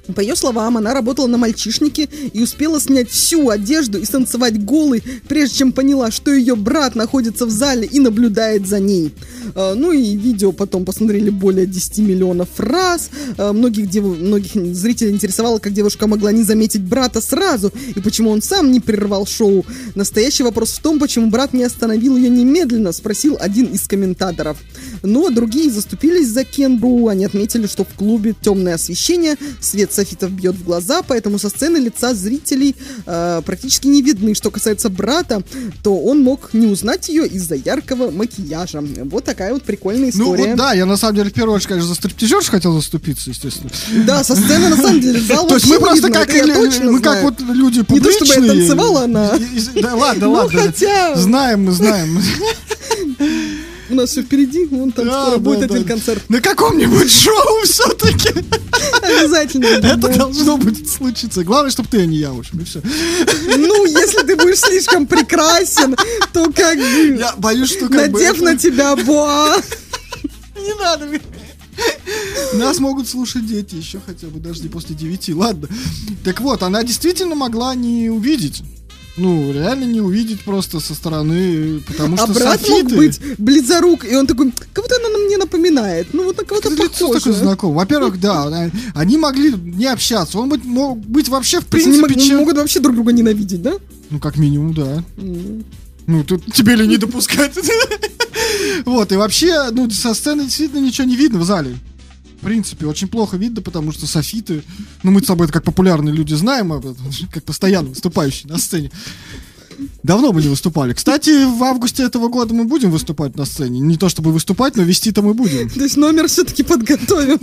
По ее словам, она работала на мальчишнике и успела снять всю одежду и станцевать голой, прежде чем поняла, что ее брат находится в зале и наблюдает за ней. Ну и видео потом посмотрели более 10 миллионов раз. Многих зрителей интересовало, как девушка могла не заметить брата сразу и почему он сам не прервал шоу. Настоящий вопрос в том, почему брат не остановил ее немедленно, спросил один из комментаторов. Но другие заступились за Кенбру. Они отметили, что в клубе темное освещение, свет софитов бьет в глаза, поэтому со сцены лица зрителей практически не видны. Что касается брата, то он мог не узнать ее из-за яркого макияжа. Вот такая вот прикольная история. Ну вот да, я на самом деле в первую очередь, конечно, за стриптизерш хотел заступиться, естественно. Да, со сцены на самом деле зал. То есть мы просто как вот люди публичные. Не то, чтобы я танцевала, она. Да ладно. Хотя... Знаем мы. У нас все впереди, вон там скоро будет один концерт. На каком-нибудь шоу все-таки. Обязательно. Это должно будет случиться. Главное, чтобы ты, а не я, в общем, и все. Ну, если ты будешь слишком прекрасен, то как бы... Я боюсь, что как бы... Надев на тебя боа. Не надо мне. Нас могут слушать дети еще хотя бы, даже не после 9. Ладно. Так вот, она действительно могла не увидеть. Ну, реально не увидеть просто со стороны, потому что брат софиты... мог быть близорук, и он такой, кого-то она мне напоминает. Ну, вот на кого-то лицо такое похоже. знакомое. Во-первых, да, они могли не общаться. Он мог быть вообще в принципе... Они могут вообще друг друга ненавидеть, да? Ну, как минимум, да. Ну, тут тебе ли не допускать? Вот, и вообще, ну, со сцены действительно ничего не видно в зале. В принципе, очень плохо видно, потому что софиты, ну мы с тобой как популярные люди знаем об этом, как постоянно выступающие на сцене. Давно мы не выступали. Кстати, в августе этого года мы будем выступать на сцене. Не то чтобы выступать, но вести-то мы будем. То есть номер все-таки подготовим.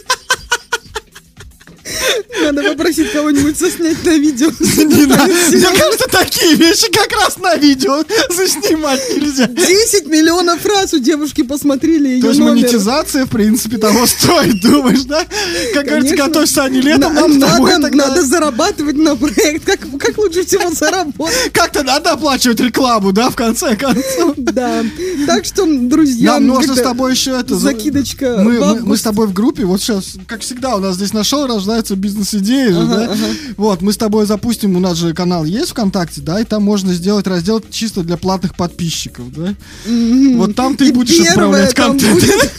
Надо попросить кого-нибудь заснять на видео. Не надо. Мне кажется, такие вещи как раз на видео заснимать нельзя. 10 миллионов раз у девушки посмотрели ее номер. То есть монетизация, в принципе, того стоит, думаешь, да? Как говорится, готовься, а не летом нам с тобой тогда. Надо зарабатывать на проект. Как лучше всего заработать? Как-то надо оплачивать рекламу, да, в конце концов. Да. Так что, друзья... Нам нужно с тобой еще это... Закидочка. Мы с тобой в группе, вот сейчас, как всегда, у нас здесь на шоу рождаются бизнес-идеи же, да? Вот, мы с тобой запустим, у нас же канал есть ВКонтакте, да, и там можно сделать раздел чисто для платных подписчиков, да? Вот там ты будешь отправлять контент.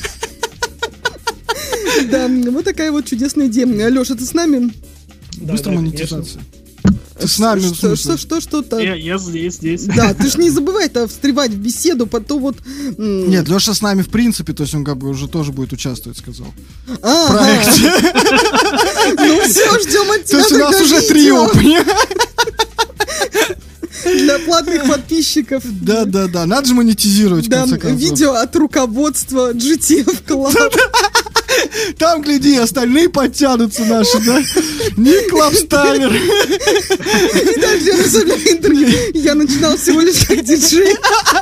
Да, вот такая вот чудесная идея. Леша, ты с нами? Быстро монетизация. Ты с нами, что-то. Я здесь. Да, ты ж не забывай-то встревать в беседу, потом вот... Нет, Леша с нами в принципе, то есть он как бы уже тоже будет участвовать, сказал. В проекте. Ну все, ждем от тебя. То есть у нас уже трио, понимаешь? Для платных подписчиков. Да, надо же монетизировать, в конце концов. Видео от руководства GTF Club. Там, гляди, остальные подтянутся наши, да? Ник Клабстайлер. И дальше я представляю интервью. Я начинал всего лишь как диджей.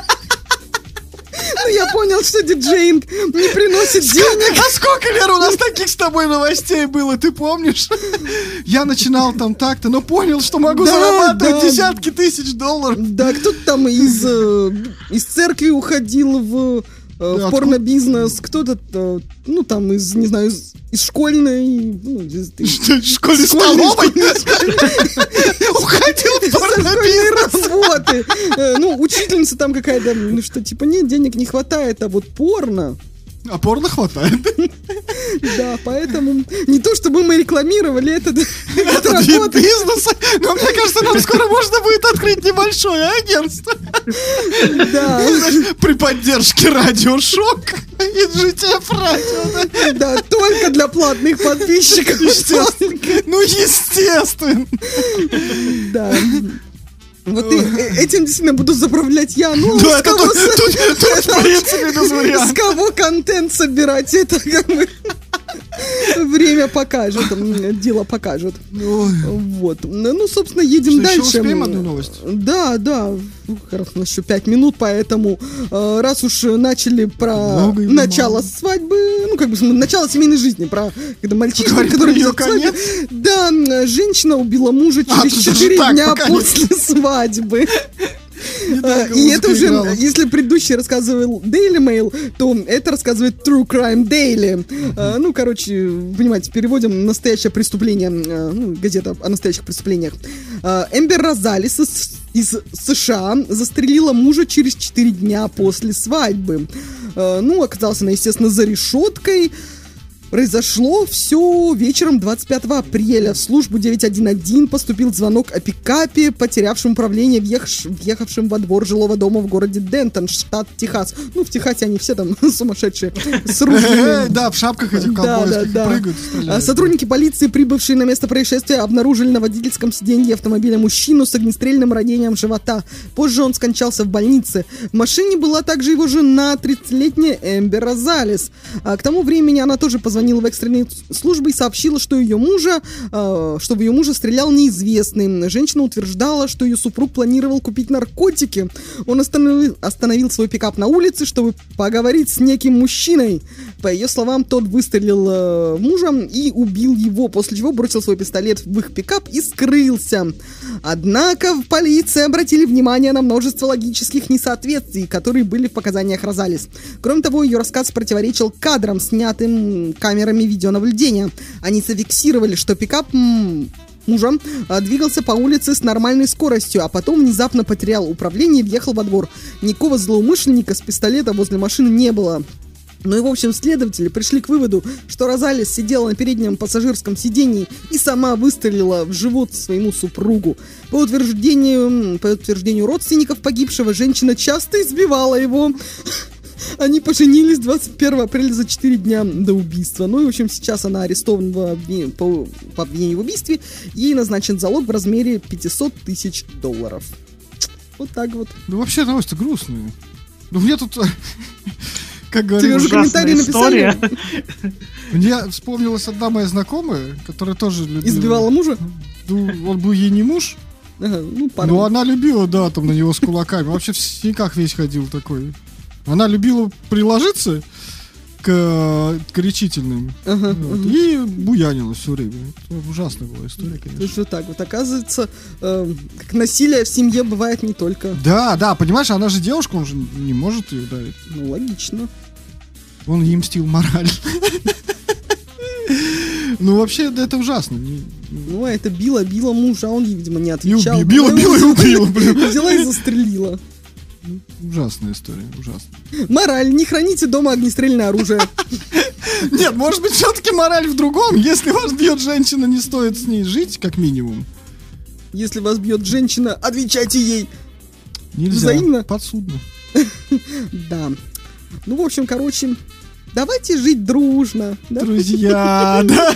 Ну, я понял, что диджеинг не приносит денег. А сколько, Лера, у нас таких с тобой новостей было, ты помнишь? Я начинал там так-то, но понял, что могу зарабатывать десятки тысяч $. Да, кто-то там из церкви уходил в порно-бизнес, кто-то, ну, там, не знаю, из школьной... Школьной столовой? Уходил в порно-бизнес. Работы. Ну, учительница там какая-то, ну, что, типа, нет, денег не хватает, а вот порно... А порно хватает. Да, поэтому не то, чтобы мы рекламировали этот вид бизнеса, но мне кажется, нам скоро можно будет открыть небольшое агентство. Да. При поддержке Радио Шок и GTF Radio. Да, только для платных подписчиков. Ну, естественно. Да. Вот этим действительно буду заправлять я. Ну, да, тут в принципе без вариантов. С кого контент собирать, это как бы время покажет, дело покажет. Вот. Ну, собственно, едем дальше. Еще успеем одну новость? Да. Хорошо, у нас еще 5 минут, поэтому раз уж начали про начало свадьбы, ну, как бы начало семейной жизни, про мальчишку, который ее конец. Да, женщина убила мужа через 4 дня после свадьбы. И это уже, если предыдущий рассказывал Daily Mail, то это рассказывает True Crime Daily. Ну, короче, понимаете, переводим настоящее преступление, газета о настоящих преступлениях. Эмбер Розалис из США застрелила мужа через 4 дня после свадьбы. Ну, оказалась она, естественно, за решеткой. Произошло все вечером 25 апреля. В службу 911 поступил звонок о пикапе, потерявшем управление, въехавшем во двор жилого дома в городе Дентон, штат Техас. Ну, в Техасе они все там сумасшедшие с ружьями. Да, в шапках этих ковбойских прыгают. Сотрудники полиции, прибывшие на место происшествия, обнаружили на водительском сиденье автомобиля мужчину с огнестрельным ранением живота. Позже он скончался в больнице. В машине была также его жена, 30-летняя Эмбер Розалис. К тому времени она тоже позвонила в экстренные службы и сообщила, что в ее мужа стрелял неизвестный. Женщина утверждала, что ее супруг планировал купить наркотики. Он остановил свой пикап на улице, чтобы поговорить с неким мужчиной. По ее словам, тот выстрелил в мужа и убил его, после чего бросил свой пистолет в их пикап и скрылся. Однако в полиции обратили внимание на множество логических несоответствий, которые были в показаниях Розалис. Кроме того, ее рассказ противоречил кадрам, снятым камерами видеонаблюдения. Они зафиксировали, что пикап мужа двигался по улице с нормальной скоростью, а потом внезапно потерял управление и въехал во двор. Никакого злоумышленника с пистолета возле машины не было. Ну и, в общем, следователи пришли к выводу, что Розалис сидела на переднем пассажирском сидении и сама выстрелила в живот своему супругу. По утверждению родственников погибшего, женщина часто избивала его. Они поженились 21 апреля за 4 дня до убийства. Ну и, в общем, сейчас она арестована по обвинению в убийстве. Ей назначен залог в размере $500 тысяч. Вот так вот. Ну, вообще, новости грустные. Ну, мне тут... Как говорю, тебе уже комментарии написали? Мне вспомнилась одна моя знакомая, которая тоже любила... Избивала мужа? Ну, он был ей не муж. Ага, но она любила, да, там на него с кулаками. Вообще в синяках весь ходил такой. Она любила приложиться к горячительным. И буянила все время. Это ужасная была история, конечно. Это же так вот, оказывается, как насилие в семье бывает не только. Да, понимаешь, она же девушка, он же не может ее ударить. Ну, логично. Он ей мстил морально. Ну, вообще, да, это ужасно. Ну, а это била мужа, а он ей, видимо, не отвечал. Била и убила, блин. Взяла и застрелила. Ужасная история, ужасно. Мораль, не храните дома огнестрельное оружие. Нет, может быть, все-таки мораль в другом. Если вас бьет женщина, не стоит с ней жить, как минимум. Если вас бьет женщина, отвечайте ей. Нельзя. Взаимно. Подсудно. Да. Ну, в общем, короче, давайте жить дружно. Да? Друзья, да.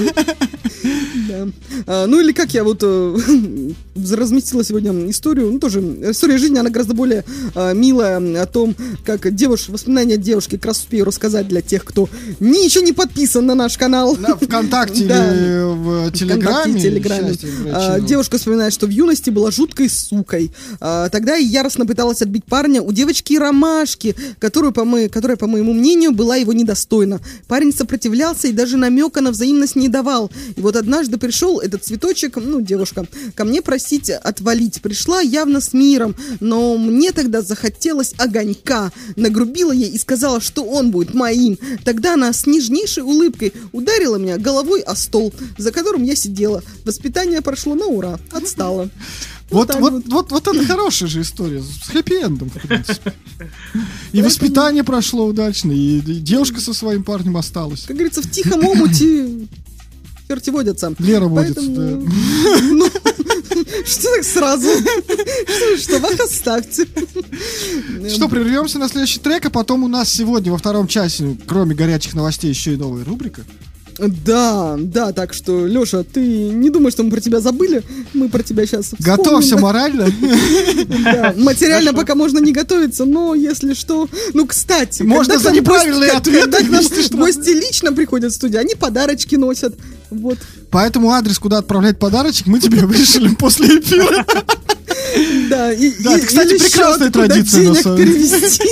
Да. Ну или как я вот разместила сегодня историю, ну тоже история жизни, она гораздо более милая, о том, как воспоминания девушки, как раз успею рассказать для тех, кто еще не подписан на наш канал. ВКонтакте или в Телеграме. Девушка вспоминает, что в юности была жуткой сукой. Тогда я яростно пыталась отбить парня у девочки Ромашки, которая, по моему мнению, была его недостойна. Парень сопротивлялся и даже намека на взаимность не давал. И вот однажды пришел этот цветочек, девушка, ко мне просить отвалить. Пришла явно с миром, но мне тогда захотелось огонька. Нагрубила ей и сказала, что он будет моим. Тогда она с нежнейшей улыбкой ударила меня головой о стол, за которым я сидела. Воспитание прошло на ура. Отстала. Вот это хорошая же история. С хэппи-эндом, в принципе. И воспитание прошло удачно, и девушка со своим парнем осталась. Как говорится, в тихом омуте черти водятся. Лера водится, да. Что так сразу? Что, вас оставьте. Что, прервемся на следующий трек, а потом у нас сегодня во втором часе, кроме горячих новостей, еще и новая рубрика. Да, так что, Леша, ты не думай, что мы про тебя забыли. Мы про тебя сейчас вспомним. Готовься морально. Да, материально пока можно не готовиться, но если что... Ну, кстати... Можно за неправильные ответы. Когда к нам гости лично приходят в студию, они подарочки носят. Вот. Поэтому адрес, куда отправлять подарочек, мы тебе вышлем после эфира. Да, это, кстати, прекрасная традиция. Денег перевести.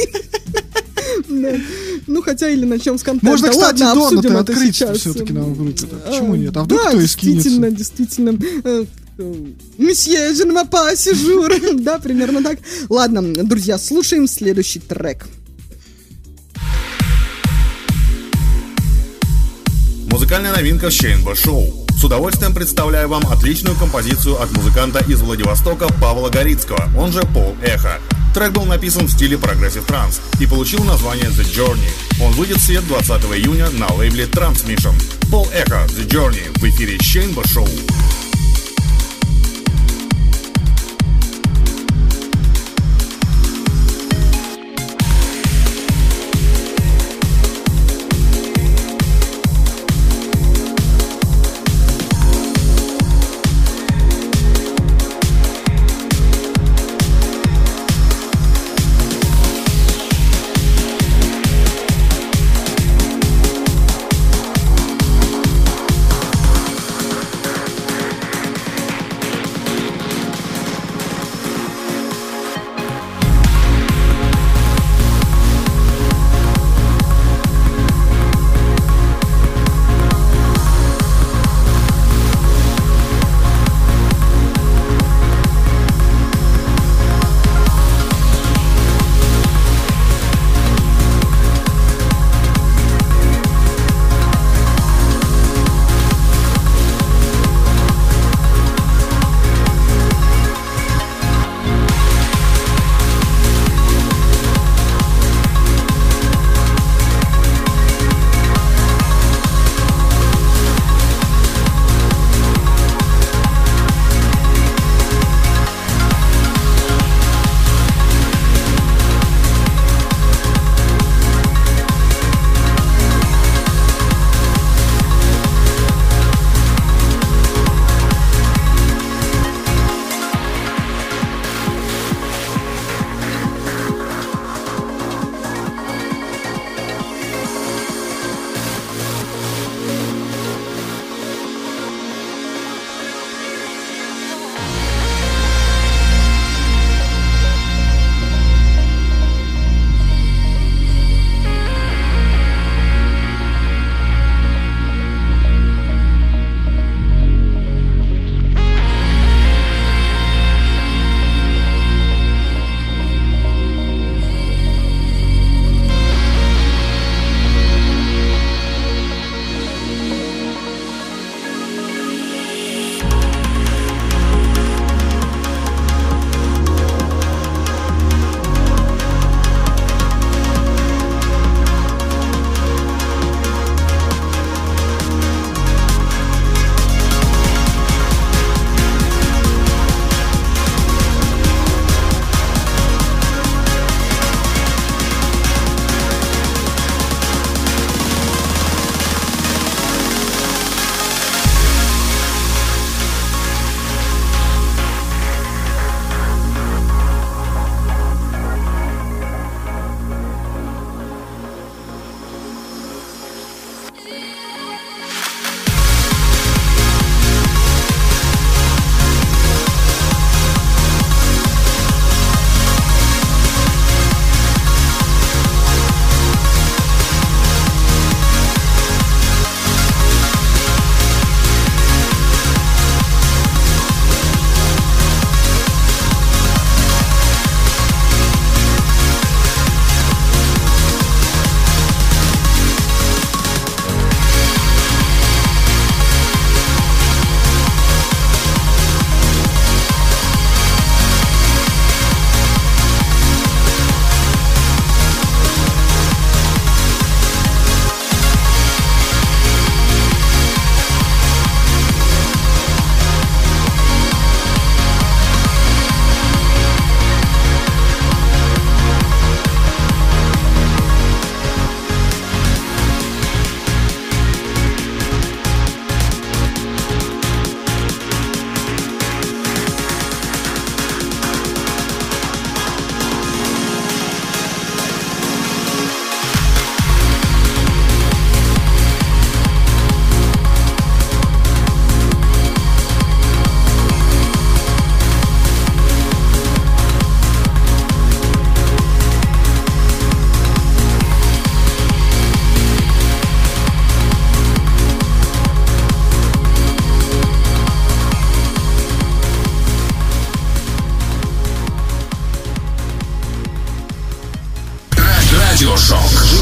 Ну, хотя или начнем с контента. Можно, кстати, обсудим донаты это открыть сейчас. Все-таки нам в группе. Почему нет? А вдруг кто и скинется? Действительно. Месье, je ne m'appelle pas séjour. Да, примерно так. Ладно, друзья, слушаем следующий трек. Музыкальная новинка в Чейнбо Шоу. С удовольствием представляю вам отличную композицию от музыканта из Владивостока Павла Горицкого, он же Пол Эхо. Трек был написан в стиле прогрессив транс и получил название The Journey. Он выйдет в свет 20 июня на лейбле Transmission. Пол Эхо, The Journey в эфире Чейнбо Шоу.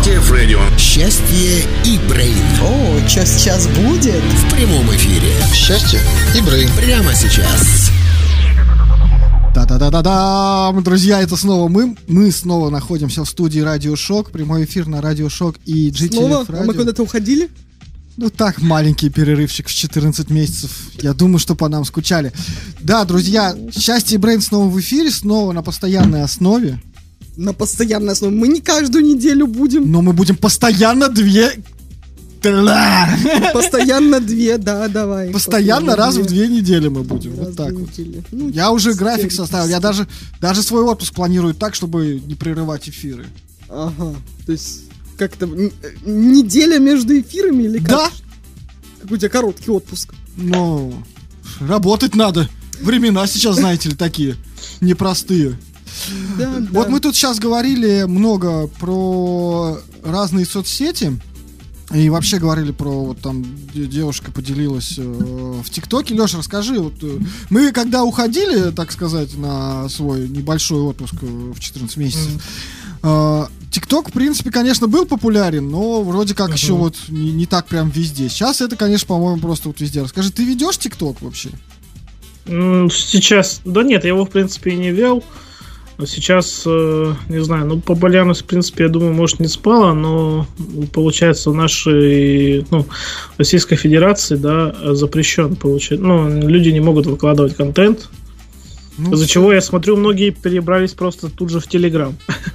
Счастье в радио. Счастье и Брейн. О, сейчас будет. В прямом эфире. Счастье и Брейн. Прямо сейчас. Да-да-да-да-да, друзья, это снова мы. Мы снова находимся в студии Радио Шок. Прямой эфир на Радио Шок и GTLF Снова? Radio. А мы куда-то уходили? Ну так, маленький перерывчик в 14 месяцев. Я думаю, что по нам скучали. Да, друзья, Счастье и Брейн снова в эфире, снова на постоянной основе. На постоянной основе. Мы не каждую неделю будем. Но мы будем постоянно Постоянно две, да, давай. Постоянно раз в 2 недели мы будем. Вот так вот. Ну, Я уже график составил. Я даже свой отпуск планирую так, чтобы не прерывать эфиры. Ага. То есть, как-то неделя между эфирами или как? Да. Какой у тебя короткий отпуск? Ну, работать надо. Времена сейчас, знаете ли, такие непростые. Да, Вот да. мы тут сейчас говорили много про разные соцсети. И вообще говорили про, вот там девушка поделилась в ТикТоке. Леша, расскажи, вот мы когда уходили, так сказать, на свой небольшой отпуск в 14 месяцев, ТикТок, в принципе, конечно, был популярен, но вроде как еще вот не так прям везде. Сейчас это, конечно, по-моему, просто вот везде. Расскажи, ты ведешь ТикТок вообще? Сейчас, да нет, я его в принципе и не вел. Сейчас, не знаю, ну популярность, в принципе, я думаю, может не спала, но получается в нашей, Российской Федерации, да, запрещен, получается, люди не могут выкладывать контент, из-за чего, я смотрю, многие перебрались просто тут же в Телеграм.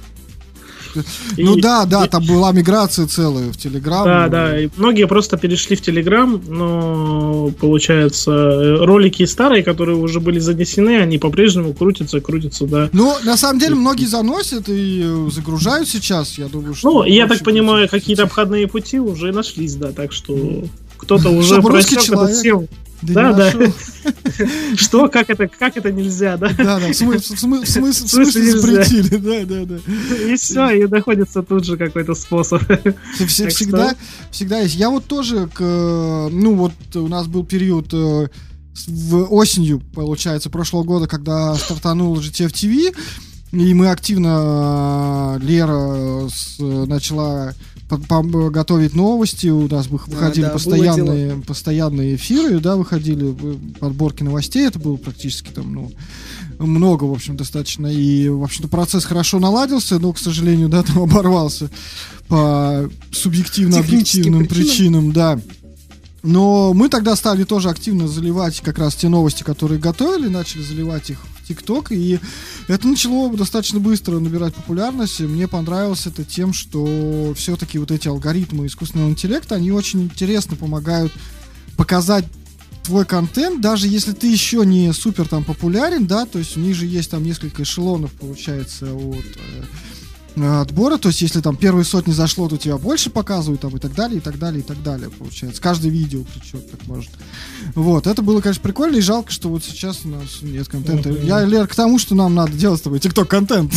Там была миграция целая в Телеграм. Да, и многие просто перешли в Телеграм, но, получается, ролики старые, которые уже были занесены, они по-прежнему крутятся, да. Ну, на самом деле, многие заносят и загружают сейчас, я думаю, что... я так понимаю, какие-то обходные пути уже нашлись, да, так что кто-то уже просек этот сел. Да. Что, как это нельзя, да? Да, в смысле запретили, да. И все, и находится тут же какой-то способ. Всегда есть. Я вот тоже, у нас был период осенью, получается, прошлого года, когда стартанул GTF TV, и мы активно, Лера начала готовить новости, у нас выходили постоянные эфиры, да, выходили подборки новостей, это было практически там, много, в общем, достаточно, и, в общем-то, процесс хорошо наладился, но, к сожалению, да, там оборвался по субъективно-объективным причинам, да. Но мы тогда стали тоже активно заливать как раз те новости, которые готовили, начали заливать их в ТикТок, и это начало достаточно быстро набирать популярность. И мне понравилось это тем, что все-таки вот эти алгоритмы искусственного интеллекта, они очень интересно помогают показать твой контент, даже если ты еще не супер там популярен, да, то есть у них же есть там несколько эшелонов, получается, от отбора, то есть если там первые сотни зашло, то тебя больше показывают там и так далее, получается. Каждое видео причем так может. Вот, это было, конечно, прикольно, и жалко, что вот сейчас у нас нет контента. Я, Лер, к тому, что нам надо делать с тобой ТикТок-контент.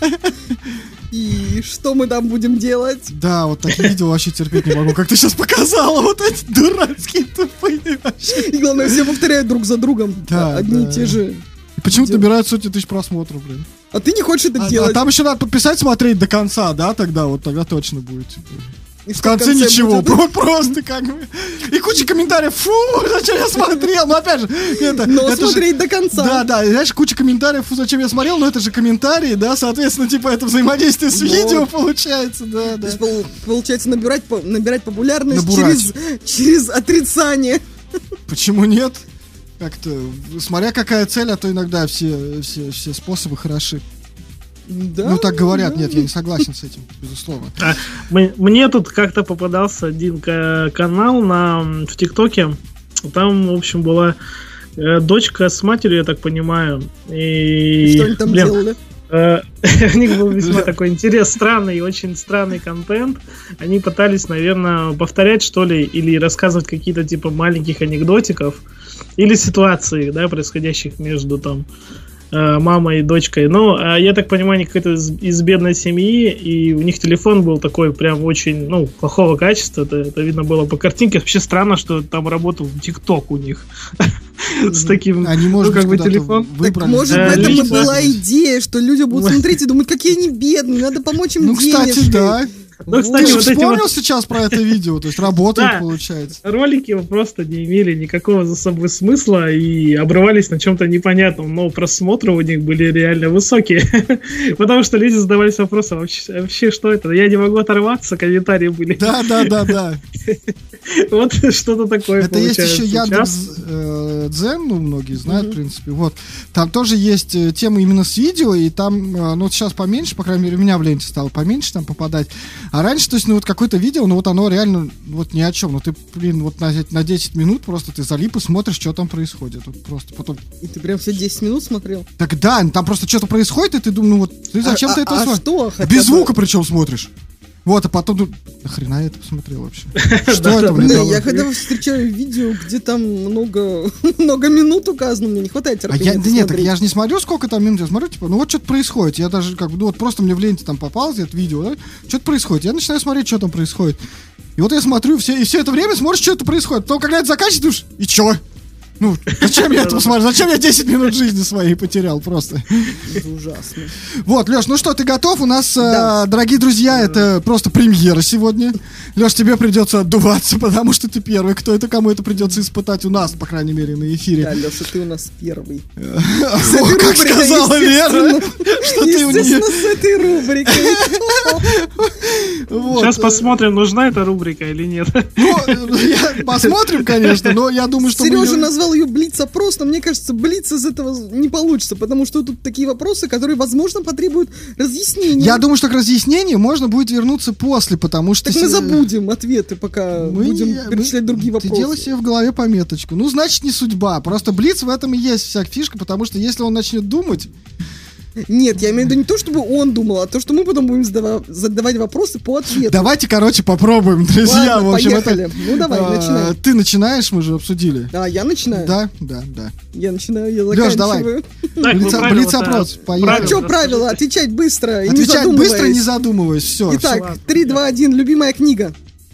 И что мы там будем делать? Да, вот такие видео вообще терпеть не могу, как ты сейчас показала, вот эти дурацкие тупые вообще. И главное, все повторяют друг за другом. Да, одни и те же. И почему-то набирают сотни тысяч просмотров, блин. А ты не хочешь это делать? А там еще надо подписать, смотреть до конца, да, тогда точно будет. И в конце ничего, просто как бы. И куча комментариев, фу, зачем я смотрел, но опять же, но смотреть до конца. Да, знаешь, куча комментариев, фу, зачем я смотрел, но это же комментарии, да, соответственно, типа это взаимодействие с видео получается, да. То есть, получается, набирать популярность через отрицание. Почему нет? Как-то, смотря какая цель, а то иногда все способы хороши. Да, ну, так говорят, нет, я не согласен с этим, безусловно. Мне тут как-то попадался один канал в ТикТоке. Там, в общем, была дочка с матерью, я так понимаю. И что они там делали? У них был весьма такой странный, очень странный контент. Они пытались, наверное, повторять, что ли, или рассказывать какие-то типа маленьких анекдотиков или ситуации, да, происходящих между там мамой и дочкой. Но, я так понимаю, они какой-то из бедной семьи, и у них телефон был такой прям очень, плохого качества. Это видно было по картинке. Вообще странно, что там работал ТикТок у них. С таким, они, может быть, телефон. Так, может, в этом и была идея, что люди будут смотреть и думать, какие они бедные, надо помочь им денежкой. Кстати, да. Ну, кстати, Ты же вот эти вспомнил вот сейчас про это видео, то есть работает, Да. получается. ролики просто не имели никакого за собой смысла и обрывались на чем-то непонятном, но просмотры у них были реально высокие, потому что люди задавались вопросом, вообще что это? Я не могу оторваться, комментарии были. Да. Вот что-то такое Это есть получается. еще Сейчас Яндекс.Дзен, ну, многие знают, в принципе. Вот. Там тоже есть тема именно с видео, и там, ну, сейчас поменьше, по крайней мере, у меня в ленте стало поменьше там попадать. А раньше, то есть, ну, вот какое-то видео, ну, вот оно реально, вот ни о чем. Ну, ты, блин, вот на 10 минут просто ты залип и смотришь, что там происходит. Вот просто потом... И ты прям все 10 минут смотрел? Так да, там просто что-то происходит, и ты думаешь, ну, вот, ты зачем ты это смотришь? что? Хотя Без бы- звука причем смотришь. Вот, а потом думаю, нахрена я это посмотрел вообще? Что это мне Не, дало? я когда встречаю видео, где там много минут указано, мне не хватает А терпения. я, это да нет, так смотреть. я же не смотрю, сколько там минут, я смотрю, типа, ну вот что-то происходит, я даже как бы, ну вот просто мне в ленте там попалось это видео, да, что-то происходит, я начинаю смотреть, что там происходит. И вот я смотрю, и все это время смотришь, что это происходит, потом когда это заканчиваешь, и чё? Ну, зачем я это посмотрел? Зачем я 10 минут жизни своей потерял просто? Это ужасно. Вот, Леш, ну что, ты готов? У нас, Да. дорогие друзья, это просто премьера сегодня. Леш, тебе придется отдуваться, потому что ты первый, кому это придется испытать у нас, по крайней мере, на эфире. Да, Леша, ты у нас первый. О, как сказала Лера, что ты у Естественно, нее... с этой рубрикой. Вот. сейчас посмотрим, нужна эта рубрика или нет. Ну, посмотрим, конечно, но я думаю, что мы Сережа её- назвал ее блиц-опрос, но мне кажется, блиц из этого не получится, потому что тут такие вопросы, которые, возможно, потребуют разъяснения. Я думаю, что к разъяснению можно будет вернуться после, потому что... Так мы забудем ответы, пока будем перечислять другие Ты делай вопросы. себе в голове пометочку. Ну, значит, не судьба. Просто Блиц в этом и есть вся фишка, потому что если он начнет думать... Нет, я имею в виду не то, чтобы он думал, а то, что мы потом будем задавать вопросы по ответу. Давайте, короче, попробуем, друзья. Ладно, в общем, поехали. Ну, давай, начинай. Ты начинаешь, мы же обсудили. А, я начинаю? Да. Я начинаю, я Лёш, давай. заканчиваю. Так, ну, правила-то- Блиц-опрос, поехали. А что расскажи. правила? Отвечать быстро и не Отвечать задумываясь. быстро, не задумываясь. Все. Итак, 3, 2, 1. Любимая книга.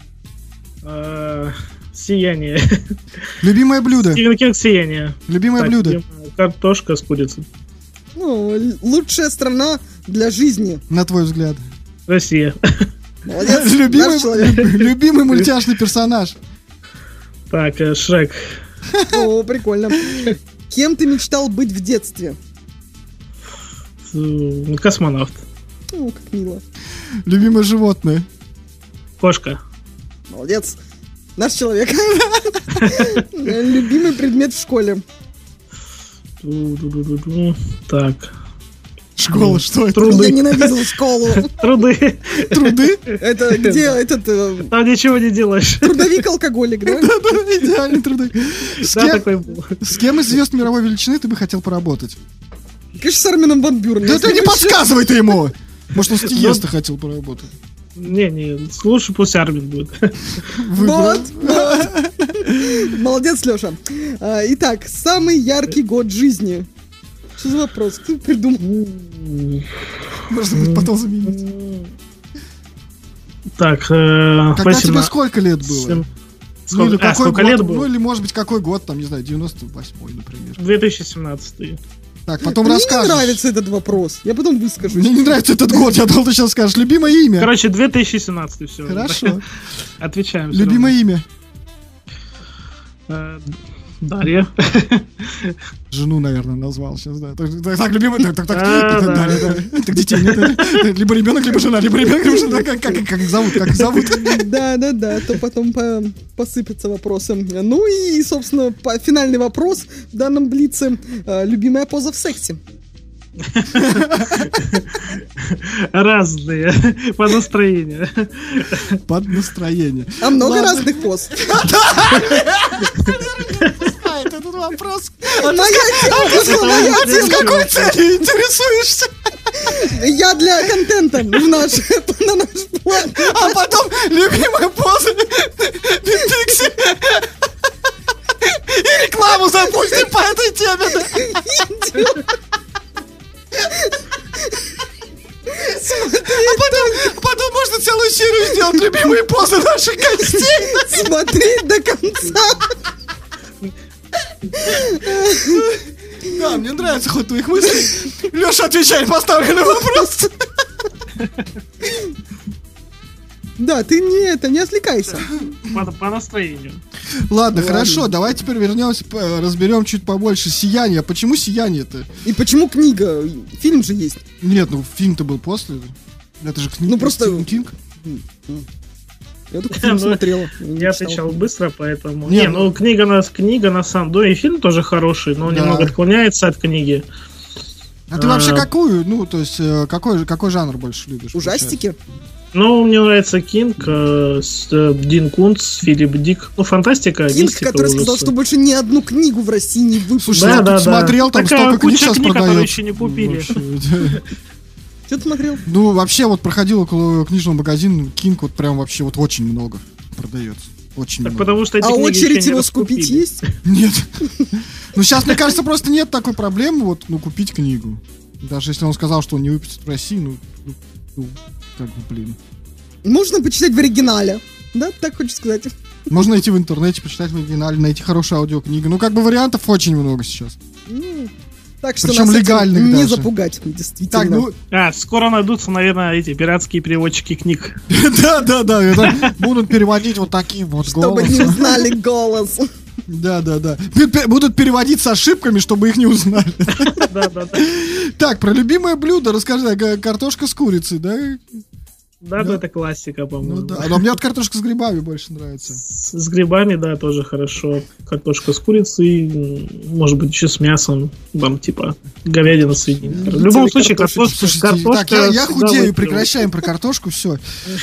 Сияние. Любимое блюдо. Стивен Кинг «Сияние». Любимое Так, блюдо. любимая картошка с курицей. Ну, лучшая страна для жизни. На твой взгляд. Россия. Молодец, наш Любимый человек. любимый мультяшный персонаж. Так, Шрек. О, прикольно. Кем ты мечтал быть в детстве? Космонавт. О, как мило. Любимое животное. Кошка. Молодец. Наш человек. Любимый предмет в школе. Так. Школа, что это? Труды. Я ненавидел школу. Труды. Труды? Это где этот Там ничего не делаешь. трудовик-алкоголик, да? Идеальный труды. Да, такой был. С кем из звезд мировой величины ты бы хотел поработать? Конечно, с Армином Ван Бюреном. Да ты не Если вообще- подсказывай ты ему! Может, он с Тиеста хотел поработать. Не, лучше пусть Армин будет. Вот, вот. Молодец, Леша. Итак, самый яркий год жизни. Что за вопрос? Кто придумал? Можно будет потом заменить. Так, Когда тебе 18. сколько лет было? Сем- Ну, или какой сколько год? лет Ну, было? или, может быть, какой год, там, не знаю, 98-й, например. 2017. Так, потом Мне расскажешь. не нравится этот вопрос. Я потом выскажу. Мне не нравится этот год, я думал, ты сейчас скажешь. Любимое имя. Короче, 2017 все. Хорошо. Отвечаем. всё Любимое имя. равно. Дарья. Жену, наверное, назвал сейчас, да. Так, любимый, так, Да. Дарья. Так, детей нет. Либо ребенок, либо жена, либо жена. Как их зовут, Да, то потом посыпятся вопросы. Ну и, собственно, финальный вопрос в данном блице. Любимая поза в сексе. Разные. По настроению. Под настроение. А много Ладно. разных поз. Этот вопрос. Моя тема, А ты с какой целью интересуешься? я для контента на наш план. А потом любимая поза Пикси. И рекламу запустим по этой теме, да? А потом можно целую серию сделать любимые позы наших гостей. Смотреть до конца. Да, мне нравится ход твоих мыслей. Леша, отвечай на поставленный вопрос. Да, ты не отвлекайся. По настроению. Ладно, хорошо, давай теперь вернемся, разберем чуть побольше «Сияние». Почему «Сияние»-то? И почему книга? Фильм же есть. Нет, ну фильм-то был после. Это же книга. Ну, просто- Стивен Кинг. Я только фильм смотрел. Я отвечал быстро, поэтому... Не, Не, ну книга на самом деле, и фильм тоже хороший, но он Да. немного отклоняется от книги. А ты вообще какую, ну, то есть, какой жанр больше любишь? Ужастики? Ну, мне нравится Кинг, Дин Кунц, Филипп Дик. Ну, фантастика, Кинг, мистика, который сказал, ужасы. что больше ни одну книгу в России не выпустил. Слушай, я тут смотрел, там Такая столько книг куча сейчас книг, которые продается. еще не купили. Вообще, Что ты смотрел? ну, вообще, вот проходил около книжного магазина, Кинг вот прям вообще вот очень много продается. Очень Так много. потому что эти А книги очередь еще не его скупить раскупили. есть? Нет. Ну, сейчас, мне кажется, просто нет такой проблемы, вот, ну, купить книгу. Даже если он сказал, что он не выпустит в России, ну, как бы, блин. Можно почитать в оригинале. Да, так хочешь сказать? Можно найти в интернете, почитать в оригинале, найти хорошую аудиокнигу. Ну, как бы вариантов очень много сейчас. Ну, так что Причем нас этим легальных не даже. запугать, действительно. Так, ну, Скоро найдутся, наверное, эти пиратские переводчики книг. да, это будут переводить вот таким вот Чтобы не голосом. узнали голос. Да. Будут переводить с ошибками, чтобы их не узнали. Да. Так, про любимое блюдо расскажи. Картошка с курицей, да? Да, это классика, Ну по-моему. да. А мне вот картошка с грибами больше нравится. С грибами, да, тоже хорошо. Картошка с курицей, может быть, еще с мясом, там, типа, говядина, свинина. В любом случае, картошка. Слушайте, так, я худею, прекращаем про картошку, все.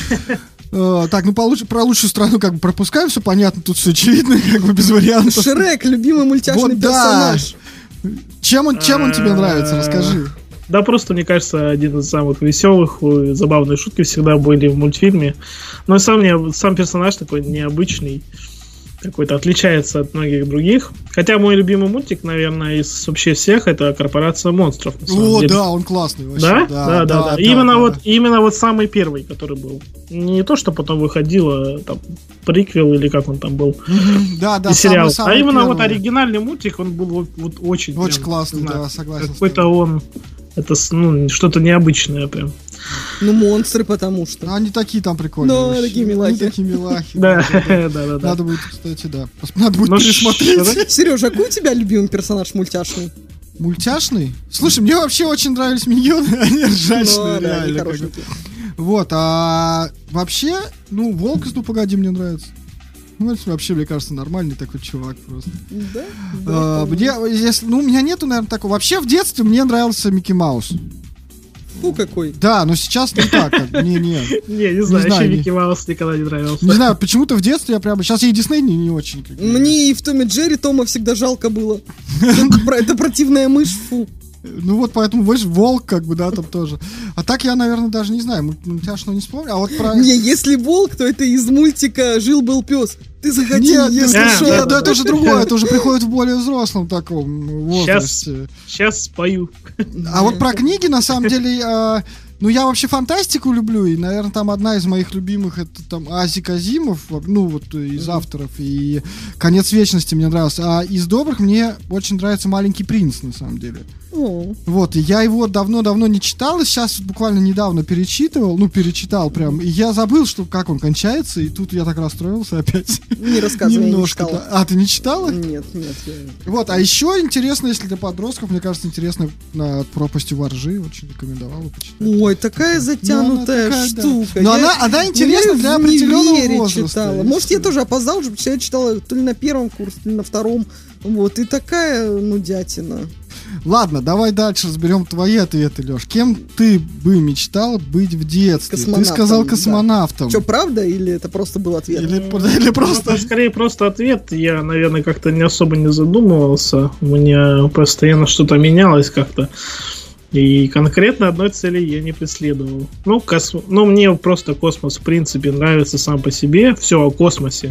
Так, ну про лучшую страну как бы пропускаем, все понятно, тут все очевидно, как бы без вариантов. Шрек, любимый мультяшный Вот да. персонаж. Чем он тебе нравится, расскажи. Да, просто, мне кажется, один из самых веселых, забавные шутки всегда были в мультфильме. Но сам персонаж такой необычный, какой-то отличается от многих других. Хотя мой любимый мультик, наверное, из вообще всех, это «Корпорация монстров». На самом О, деле. да, он классный вообще. Да. Именно вот самый первый, который был. Не то, что потом выходило, там, приквел или как он там был. Да, И сериал. самый А именно вот первый. оригинальный мультик, он был вот очень... Очень прям, классный, не знаю, да, согласен. Какой-то он... Это что-то необычное прям. Ну, монстры, потому что. Они такие там прикольные. Ну, вообще. такие милахи. Они такие милахи. Да. Надо будет, кстати, да. Надо будет Ну, пересмотреть. Сережа, а какой у тебя любимый персонаж мультяшный? Мультяшный? Слушай, мне вообще очень нравились миньоны, они ржачные, Ну, да, они реально. хорошенькие. Вот, а вообще, ну, Волк из «Ну, погоди» мне нравится. Ну, это вообще, мне кажется, нормальный такой чувак просто. Да? У меня нету, наверное, такого. Вообще, в детстве мне нравился Микки Маус. Фу, какой. Да, но сейчас не так. Не. Не знаю, знаю, еще не- Микки Маус никогда не нравился. Не знаю, почему-то в детстве я прямо... Сейчас я и Дисней не очень. как бы. Мне и в Томе Джерри Тома всегда жалко было. Это противная мышь, фу. Ну вот поэтому Волк, как бы, да, там тоже. А так я, наверное, даже не знаю, мультяшного не вспомню. А вот про... Не, если волк, то это из мультика «Жил-был пес». Ты заходи, Нет, если нет, шо. нет, это уже другое, это уже приходит в более взрослом таком возрасте. Сейчас спою. А вот про книги, на самом деле, ну, я вообще фантастику люблю, и, наверное, там одна из моих любимых, это там Азик Азимов, ну, вот из авторов, и «Конец вечности» мне нравился. А из добрых мне очень нравится «Маленький принц», на самом деле. О, Вот, и я его давно-давно не читал, и сейчас буквально недавно перечитал прям, и я забыл, что как он кончается, и тут я так расстроился опять. не рассказывай, я не Немножко. читала. А, ты не читала? Нет. Вот, а еще интересно, если для подростков, мне кажется, интересно «Над пропастью воржи», очень рекомендовал бы почитать. Ой, такая затянутая Ну, она такая, да. штука. Но Я она интересна в для определенного универе возраста. читала. Может, я тоже опоздал, уже я читала то ли на первом курсе, то ли на втором. Вот, и такая нудятина. Ладно, давай дальше разберем твои ответы, Леш. Кем ты бы мечтал быть в детстве? Ты Космонавтом, сказал да. космонавтом. Что, правда, или это просто был ответ? Или просто... Это скорее просто ответ. Я, наверное, как-то не особо не задумывался. У меня постоянно что-то менялось как-то. И конкретно одной цели я не преследовал. Ну, мне просто космос, в принципе, нравится сам по себе. Все о космосе.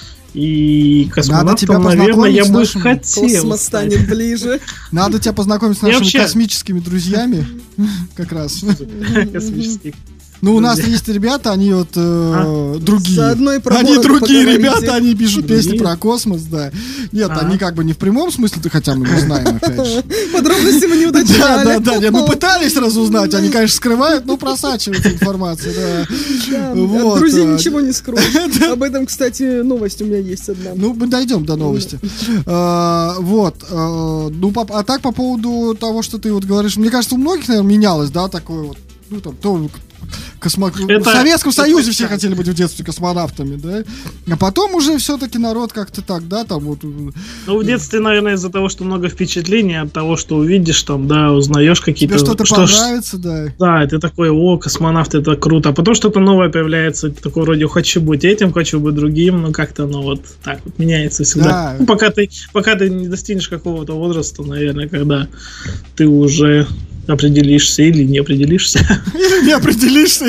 И Надо тебя космонавтом, наверное, я познакомить с бы нашим- хотел. Космос станет ближе. Надо тебя познакомить с Я нашими вообще- космическими друзьями. Как раз. Космических. Ну, у нас есть ребята, они вот другие. Заодно и про Они бороду другие поговорите. ребята, они пишут песни Другие? про космос, да. Нет, они как бы не в прямом смысле, хотя мы не знаем, опять же. Подробности мы не уточняли. Да. Нет, мы пытались разузнать, они, конечно, скрывают, но просачивается информация, да. Да, Вот, от друзей ничего не скроешь. Об этом, кстати, новость у меня есть одна. Ну, мы дойдем до новости. Вот. Ну, а так по поводу того, что ты вот говоришь, мне кажется, у многих, наверное, менялось, да, такое вот, ну, там, то... В Советском Союзе все хотели быть в детстве космонавтами, да? А потом уже все-таки народ как-то так, да, там вот... Ну, в детстве, наверное, из-за того, что много впечатлений от того, что увидишь там, да, узнаешь какие-то... Тебе что-то понравится, да. Да, ты такой, о, космонавт, это круто. А потом что-то новое появляется, ты такой вроде хочу быть этим, хочу быть другим, но как-то оно вот так вот меняется всегда. Да. Ну, пока ты не достигнешь какого-то возраста, наверное, когда ты уже определишься или не определишься. Или не определишься.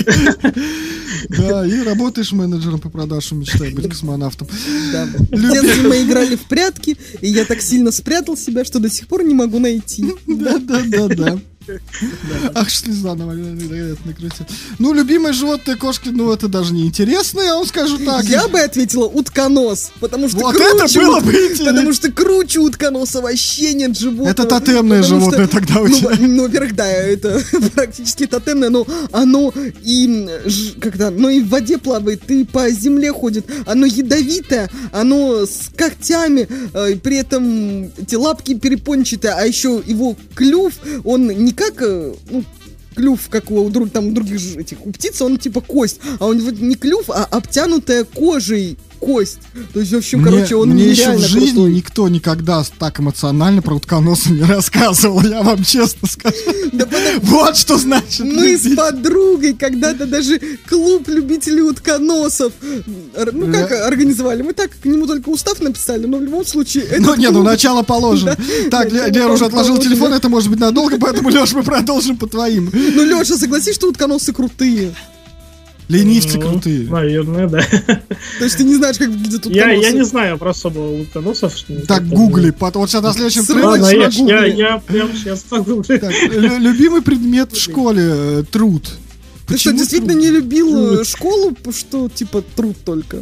Да, и работаешь менеджером по продажам, мечтаешь быть космонавтом. Да. В детстве мы играли в прятки, и я так сильно спрятал себя, что до сих пор не могу найти. Да. Ах, слеза накрутил. Ну, любимое животное кошки, ну, это даже не интересно, я вам скажу так. Я бы ответила утконос, потому что Вот круче это было бы интересно. Потому что круче утконоса вообще нет животного. Это тотемное Потому животное что, тогда у тебя. Ну, во-первых, да, это практически тотемное, но оно и в воде плавает, и по земле ходит, оно ядовитое, оно с когтями, при этом эти лапки перепончатые, а еще его клюв, он не как, клюв, как у других этих у птиц, он типа кость, а у него не клюв, а обтянутая кожей кость. То есть, в общем, он мне еще нереально в жизни крутой. никто никогда так эмоционально про утконоса не рассказывал, я вам честно скажу. Вот что значит Мы любить. с подругой когда-то даже клуб любителей утконосов организовали. Мы так к нему только устав написали, но в любом случае... Ну, начало положено. Так, начало Лера уже отложил положено. телефон, это может быть надолго, поэтому, Леш, мы продолжим по твоим. Ну, Леша, согласись, что утконосы крутые. Ленивцы Ну, крутые. Наверное, да. То есть ты не знаешь, как выглядят утконосы. Я не знаю про особо утконосов. Так, гугли. Вот сейчас на следующем Срочно трейлере Я прям сейчас погуглю. Так, любимый предмет в школе труд. Ты что, Почему действительно труд? не любил школу, что типа труд только?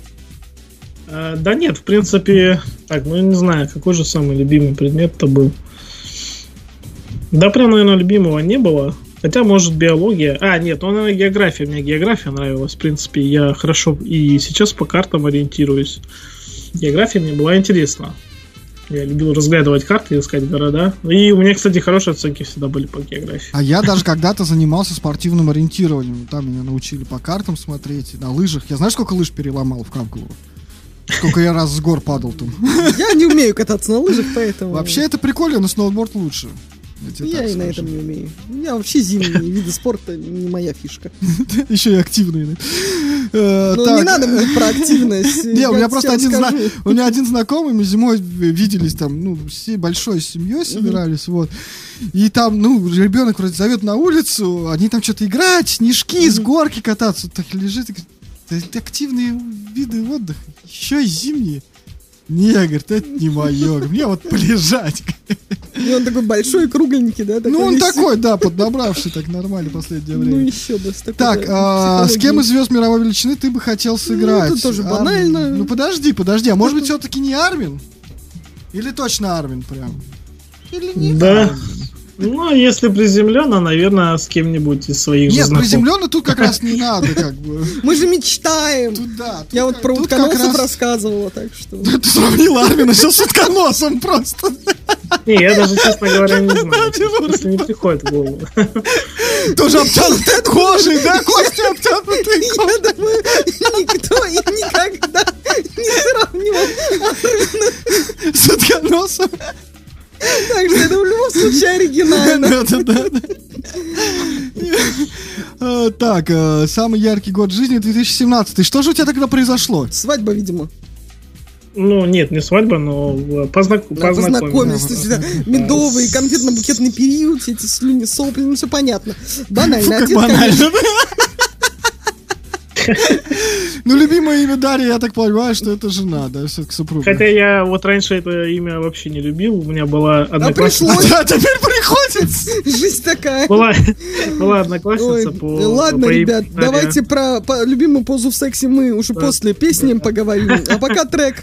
Да нет, в принципе, так, ну я не знаю, какой же самый любимый предмет-то был. Да прям, наверное, любимого не было. Хотя, может, биология. Нет, наверное, география. Мне география нравилась. В принципе, я хорошо и сейчас по картам ориентируюсь. География мне была интересна. Я любил разглядывать карты, искать города. И у меня, кстати, хорошие оценки всегда были по географии. А я даже когда-то занимался спортивным ориентированием. Там меня научили по картам смотреть, на лыжах. Я знаешь, сколько лыж переломал в Камково? Сколько я раз с гор падал там. Я не умею кататься на лыжах, поэтому... Вообще это прикольно, но сноуборд лучше. тебе Я так и на скажу. этом не умею. У меня вообще зимние виды спорта не моя фишка. Еще и активные. Ну, не надо мне про активность. Не, у меня просто скажу. у меня один знакомый, мы зимой виделись там, ну, всей большой семьей собирались, вот. И там, ну, ребенок вроде зовет на улицу, они там что-то играть, снежки, с горки кататься. Так лежит и говорит, это активные виды отдыха, еще и зимние. Не, говорит, это не мое. Мне вот полежать. И он такой большой, кругленький, да? Ну, он весь. такой, да, поднабравший так нормально в последнее время. Ну, еще бы. С такой, Так, да, с кем из психологией. звезд мировой величины ты бы хотел сыграть? это тоже Армин. банально. Ну, подожди, а может быть все-таки не Армин? Или точно Армин прям? Или не Да. Армин? Ну, если приземленно, наверное, с кем-нибудь из своих же Нет, знакомых. приземленно тут как раз не надо, как бы. Мы же мечтаем. Тут да. тут Я вот как- про тут как утконосов раз- рассказывала, так что... Ты сравнил Армина сейчас с утконосом просто. Не, я даже, честно говоря, не знаю. Если не приходит в голову. Тоже обтянутый кожей, да? Кости обтянутые кожей. Я думаю, никто и никогда не сравнивал. С утконосом. Так что это в любом случае оригинально. Да. Так, самый яркий год жизни 2017. Что же у тебя тогда произошло? Свадьба, видимо. Ну, нет, не свадьба, но Познакомились. То есть это медовый, конфетно-букетный период, все эти слюни, сопли, ну все понятно. Банально. Как Ответ, банально. Ну, любимое имя Дарья, я так понимаю, что это жена, да, все-таки супруга. Хотя я вот раньше это имя вообще не любил. У меня была одноклассница. пришлось. А теперь приходится. Жизнь такая. Была одноклассница Ой, по... ладно, по имени ребят, Дарья. давайте про любимую позу в сексе мы уже после песни поговорим. А пока трек.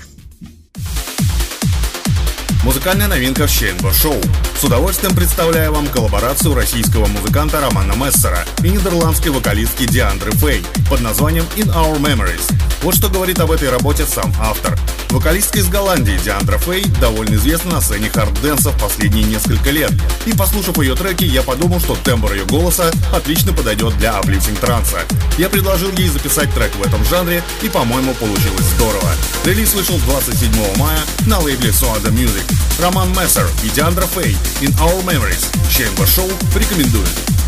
Музыкальная новинка в ЧНБ Шоу. С удовольствием представляю вам коллаборацию российского музыканта Романа Мессера и нидерландской вокалистки Диандры Фей под названием In Our Memories. Вот что говорит об этой работе сам автор. Вокалистка из Голландии Диандра Фей довольно известна на сцене хард-дэнса в последние несколько лет. И послушав ее треки, я подумал, что тембр ее голоса отлично подойдет для аплифтинг транса. Я предложил ей записать трек в этом жанре, и, по-моему, получилось здорово. Релиз вышел 27 мая на лейбле Soda Music. Роман Мессер и Диандра Фей In Our Memories. ЧНБ Шоу рекомендует.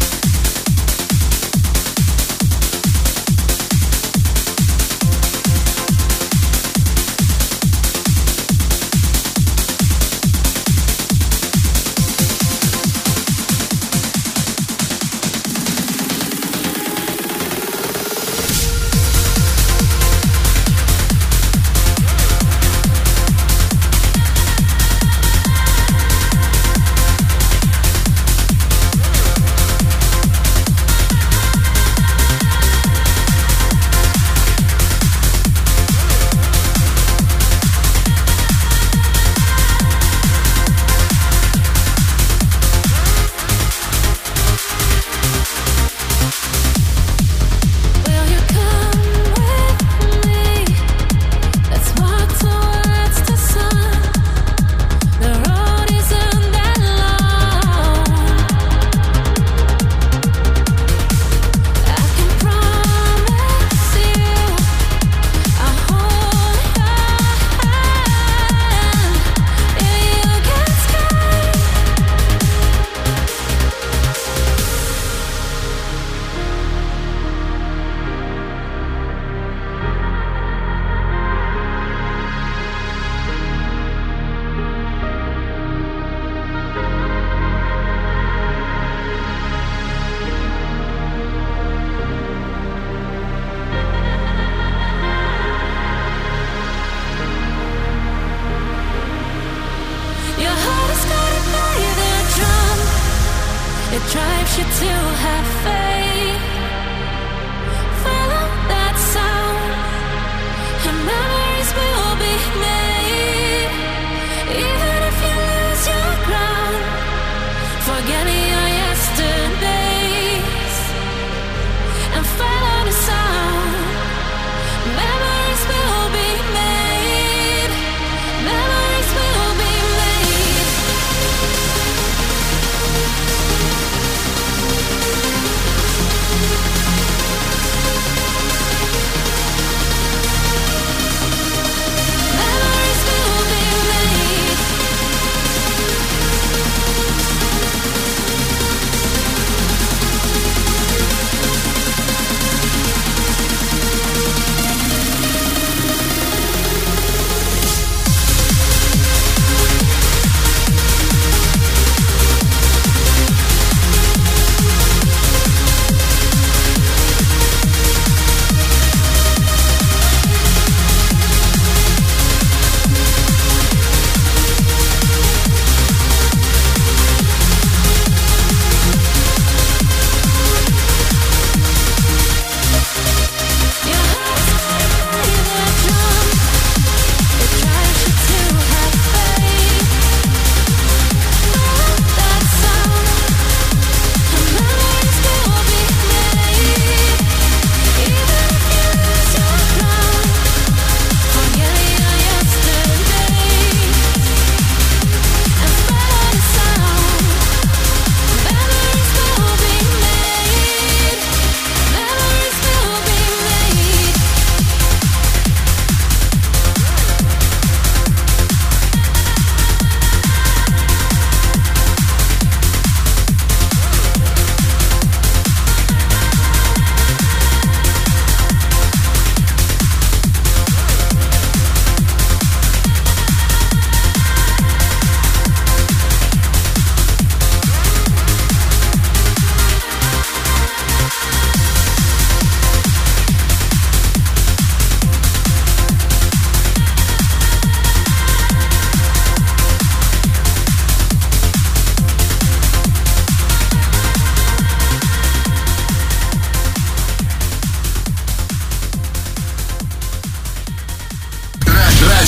drives you to have faith. Follow that sound, and memories will be made. Even if you lose your ground, forgetting your yesterdays, and follow the sound. Memories will be made. Memories will be made.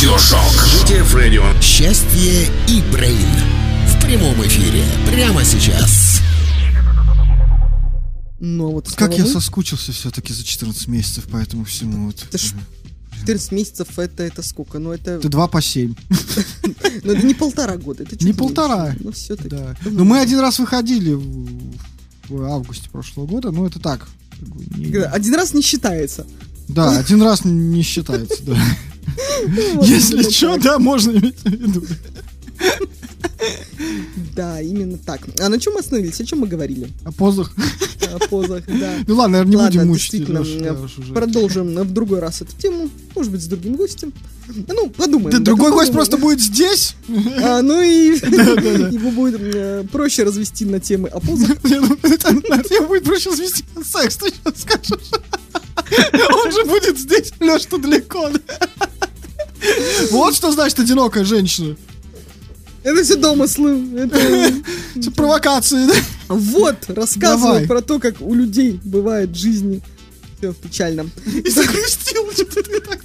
Радиошок. GTF Radio. Счастье и Брейн. В прямом эфире. Прямо сейчас. Ну, а вот Как снова я мы. соскучился все-таки за 14 месяцев по этому всему. Вот. Это ж 14 месяцев, это сколько? Ну, это, Это 2 по 7. ну, это не 1,5 года. Это чуть Не меньше. 1,5. Ну, все-таки. Да. Но мы один раз выходили в августе прошлого года, но это так. как бы не- Один раз не считается. Да, один раз не считается, да. Вот Если именно что, так. да, можно иметь в виду. Да, именно так. А на чем мы остановились? О чем мы говорили? О позах. О позах, да. Ну ладно, наверное, не Ладно, будем мучить. действительно, Лёшу, да, уж уже. продолжим в другой раз эту тему. Может быть, с другим гостем. Ну, подумаем. Да, другой гость подумаем. просто будет здесь. Ну и его будет проще развести на темы о позах. Тебе будет проще свести на секс, ты сейчас скажешь. Он же будет здесь, Леш, что далеко. Вот что значит одинокая женщина. Это все домыслы. Это... Все провокации, да? Вот, рассказываю Давай. про то, как у людей бывает в жизни. Все печально. И загрустил, что-то ты так.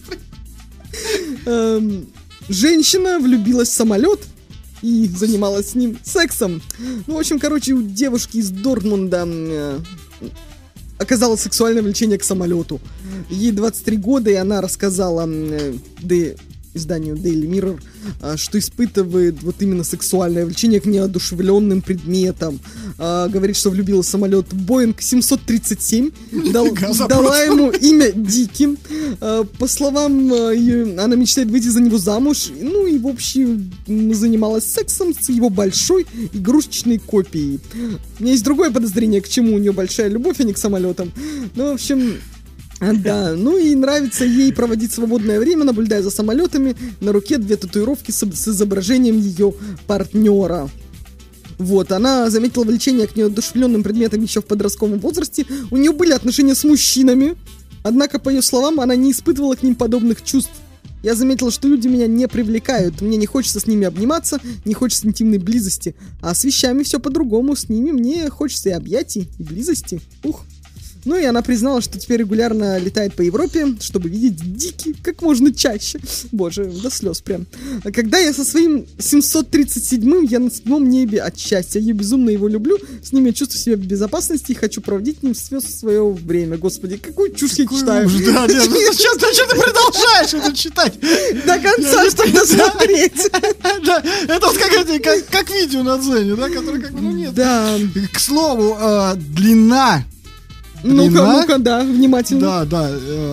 Женщина влюбилась в самолет и занималась с ним сексом. Ну, в общем, короче, у девушки из Дортмунда оказалось сексуальное влечение к самолету. Ей 23 года, и она рассказала изданию Daily Mirror, что испытывает вот именно сексуальное влечение к неодушевленным предметам. Говорит, что влюбилась в самолет Boeing 737, дала ему имя Дики. По словам ее, она мечтает выйти за него замуж. Ну и в общем занималась сексом с его большой игрушечной копией. У меня есть другое подозрение, к чему у нее большая любовь, а не к самолетам. Ну, в общем... Да, ну и нравится ей проводить свободное время, наблюдая за самолетами. На руке 2 татуировки с изображением ее партнера. Вот, она заметила влечение к неодушевленным предметам еще в подростковом возрасте. У нее были отношения с мужчинами, однако, по ее словам, она не испытывала к ним подобных чувств. Я заметила, что люди меня не привлекают, мне не хочется с ними обниматься, не хочется интимной близости. А с вещами все по-другому, с ними мне хочется и объятий, и близости. Ух. Ну и она признала, что теперь регулярно летает по Европе, чтобы видеть Дики как можно чаще. Боже, до слез прям. А когда я со своим 737-м, я на 7-м небе от счастья. Я безумно его люблю, с ним я чувствую себя в безопасности и хочу проводить с ним все свое время. Господи, какую чушь я читаю. Да, нет, ну зачем ты продолжаешь это читать? До конца, чтобы досмотреть. Да, это вот как видео на Дзене, да, которое как бы, ну нет. Да. К слову, длина. Ну-ка, да, внимательно. Да,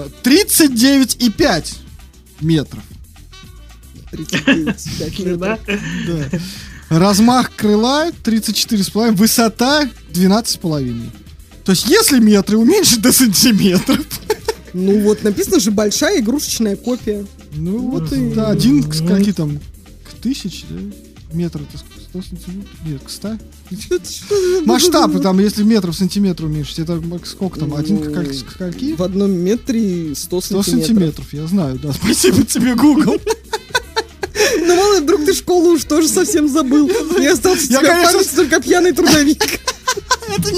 39,5 метров. 39 метров. Да. Размах крыла 34,5, высота 12,5. То есть, если метры уменьшить до сантиметров. Ну вот, написано же большая игрушечная копия. Ну Вот вот, и- да, один к какие там, к 1000, да? Метр это 100 сантиметров? Нет, к 100. Масштабы там, если метров в сантиметр уменьшить, это сколько там? Один к скольки? В 1 метре 100 100 сантиметров. сантиметров, я знаю, да. Спасибо тебе, Google. Ну мало ли, вдруг ты школу уж тоже совсем забыл. И остался у Я, тебя в конечно, памяти только пьяный трудовик. Это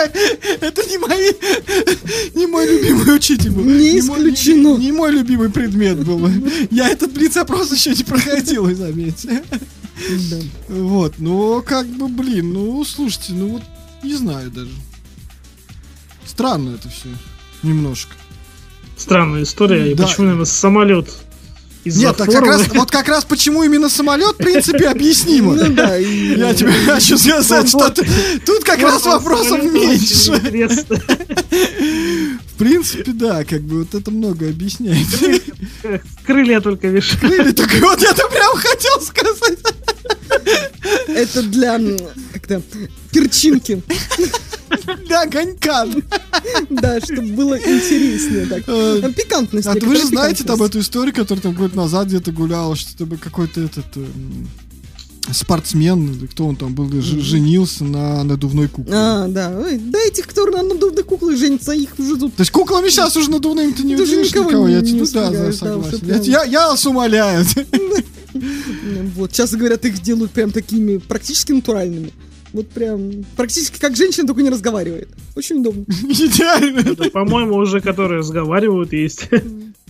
не мой любимый учитель был. Не мой- исключено. Не мой любимый предмет был. Я этот блиц-опрос еще не проходил, вы заметьте. Да. Вот, ну как бы, блин, ну слушайте, ну вот не знаю даже. Странно это все. Немножко. Странная история. И Да. почему именно самолет из-за Нет, так формы? как раз почему именно самолет, в принципе, объяснимо. Ну да, и... Я тебе хочу сказать, что тут как раз вопросов Самолет меньше. очень интересно. В принципе, да, как бы вот это много объясняет. Крылья только вешают. Или только вот я-то прям хотел сказать. Это для, как-то, перчинки. Для огонька. Да, чтобы было интереснее. Так. Пикантность. А вы некоторая же знаете там пикантность. эту историю, которая там год назад где-то гуляла, что бы какой-то этот спортсмен, или кто он там был, женился на надувной кукле. А, да. Ой, да этих, кто на надувных куклах женится, их уже тут... То есть куклами сейчас уже надувными-то не Ты уже видишь никого никого. Я не тебе да, успеваешь, да, согласен. уже прям. Я вас умоляю. Вот, часто говорят, их делают прям такими практически натуральными. Вот прям практически как женщина, только не разговаривает. Очень удобно. Идеально. Это, по-моему, уже которые разговаривают есть.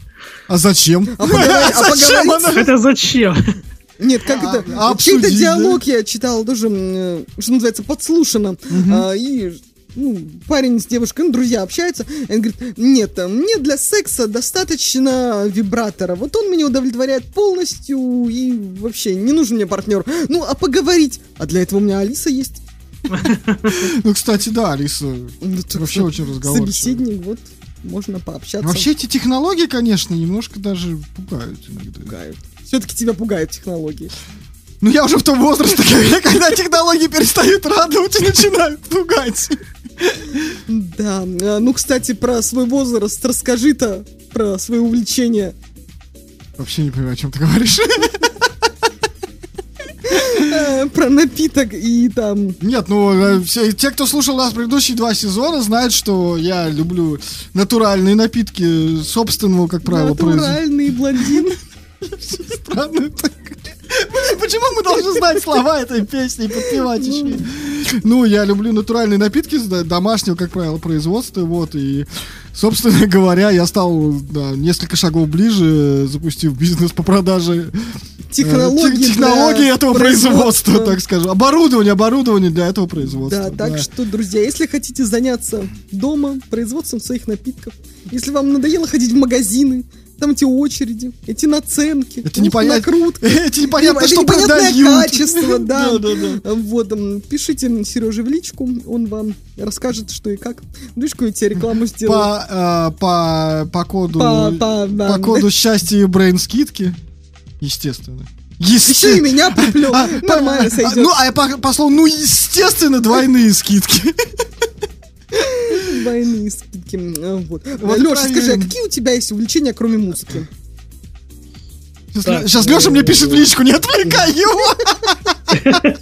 А зачем? А поговорить... Это зачем? Нет, как это? обсудить, Чей-то да? диалог я читала тоже, что называется, подслушано. И парень с девушкой, друзья общаются. И он говорит, нет, мне для секса достаточно вибратора. Вот он меня удовлетворяет полностью. И вообще не нужен мне партнер. Ну, а поговорить? А для этого у меня Алиса есть. Ну, кстати, да, Алиса вообще очень разговорчивая. Собеседник, вот, можно пообщаться. Вообще эти технологии, конечно, немножко даже пугают иногда. Пугают. Все-таки тебя пугают технологии. Ну, я уже в том возрасте, когда технологии перестают радовать и начинают пугать. Да, ну, кстати, про свой возраст расскажи-то, про свое увлечение. Вообще не понимаю, о чем ты говоришь. Про напиток и там... Нет, ну, все, те, кто слушал нас предыдущие 2 сезона, знают, что я люблю натуральные напитки собственного, как правило, производства. Натуральный блондин. Странно так. Блин, почему мы должны знать слова этой песни и подпевать еще? Ну, я люблю натуральные напитки домашнего, как правило, производства, вот, и, собственно говоря, я стал несколько шагов ближе, запустив бизнес по продаже технологий этого производства, так скажем. Оборудование для этого производства. Да, так что, друзья, если хотите заняться дома производством своих напитков, если вам надоело ходить в магазины, там эти очереди, эти наценки, это накрутки. Это непонятно, что непонятное продают. качество, да. Да. Вот, пишите Сереже в личку, он вам расскажет, что и как. Видишь, какую тебе рекламу сделал? По коду счастья и брейн скидки, естественно. Еще и меня приплел. Нормально сойдет. Ну, а по слову, естественно, двойные скидки. Двойные скидки. Вот. Леша, скажи, а какие у тебя есть увлечения, кроме музыки? Сейчас Леша мне пишет в личку, не отвлекай его!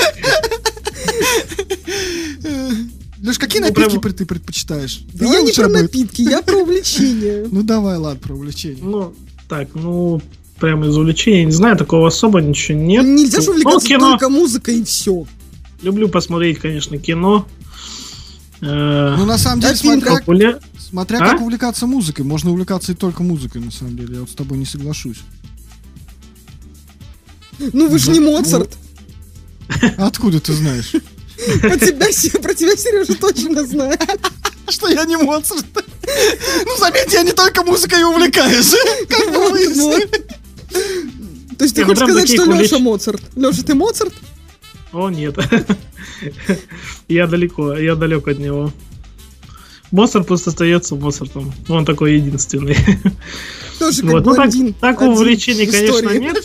Леш, какие напитки ты предпочитаешь? Да я не про напитки, я про увлечения. Ну давай, ладно, про увлечения. Прямо из увлечения, не знаю, такого особо ничего нет. Нельзя же увлекаться только музыкой и все. Люблю посмотреть, конечно, кино. Ну, на самом деле, смотря как увлекаться музыкой. Можно увлекаться и только музыкой, на самом деле. Я вот с тобой не соглашусь. Ну, вы ж не Моцарт. Откуда ты знаешь? Про тебя, Сережа, точно знаю. Что я не Моцарт. Ну, заметь, я не только музыкой увлекаюсь. Как бы выяснили. То есть ты хочешь сказать, что Леша Моцарт? Леша, ты Моцарт? О, нет. Я далек от него. Моцарт просто остается Моцартом. Он такой единственный. Тоже как блондин. Такого увлечения, конечно, нет.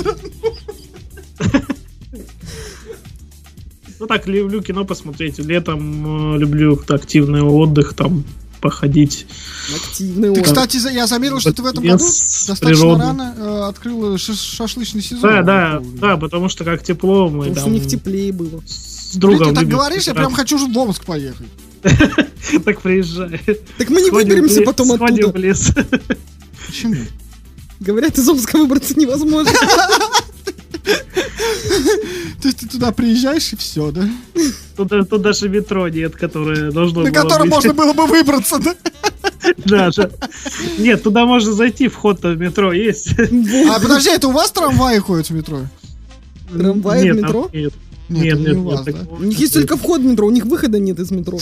Ну так, люблю кино посмотреть. Летом люблю активный отдых, там походить. Активный отдых. Кстати, я заметил, что ты в этом году достаточно рано открыл шашлычный сезон. Да, потому что как тепло мы там... Потому что у них теплее было. С другом ты так говоришь, я прям хочу уже в Омск поехать. Так приезжай. Так мы не выберемся потом оттуда. Сходим в лес. Почему? Говорят, из Омска выбраться невозможно. То есть ты туда приезжаешь и все, да? Тут даже метро нет, которое должно было быть. На котором можно было бы выбраться, да? Да. Нет, туда можно зайти, вход в метро есть. А подожди, это у вас трамваи ходят в метро? Трамваи в метро? Нет. У них есть только вход в метро, у них выхода нет из метро.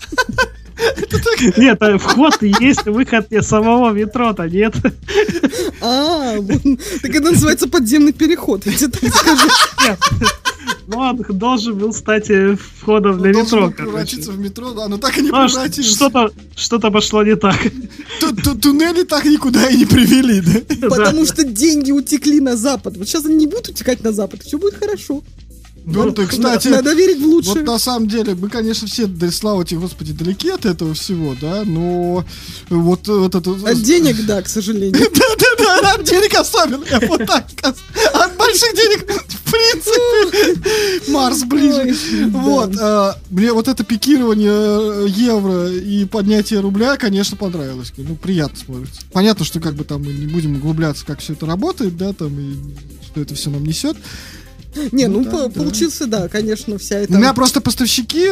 Нет, вход есть, выход самого метро-то нет. Так это называется подземный переход, я тебе так скажу. Нет. Ну, он должен был стать входом для метро. Должен превратиться в метро, да, но так и не превратился. Что-то пошло не так. Туннели так никуда и не привели, да? Потому что деньги утекли на запад. Вот сейчас они не будут утекать на запад, все будет хорошо. Ну, ты, кстати, надо верить в лучшее. Вот на самом деле, мы, конечно, все, слава тебе, Господи, далеки от этого всего, да, но вот это... От денег, да, к сожалению. Да, от денег особенно, я вот так скажу. От больших денег, в принципе, Марс ближе. Вот, мне вот это пикирование евро и поднятие рубля, конечно, понравилось. Ну, приятно смотрится. Понятно, что как бы там мы не будем углубляться, как все это работает, да, там, и что это все нам несет. Не, получился, да, конечно, вся эта... У меня просто поставщики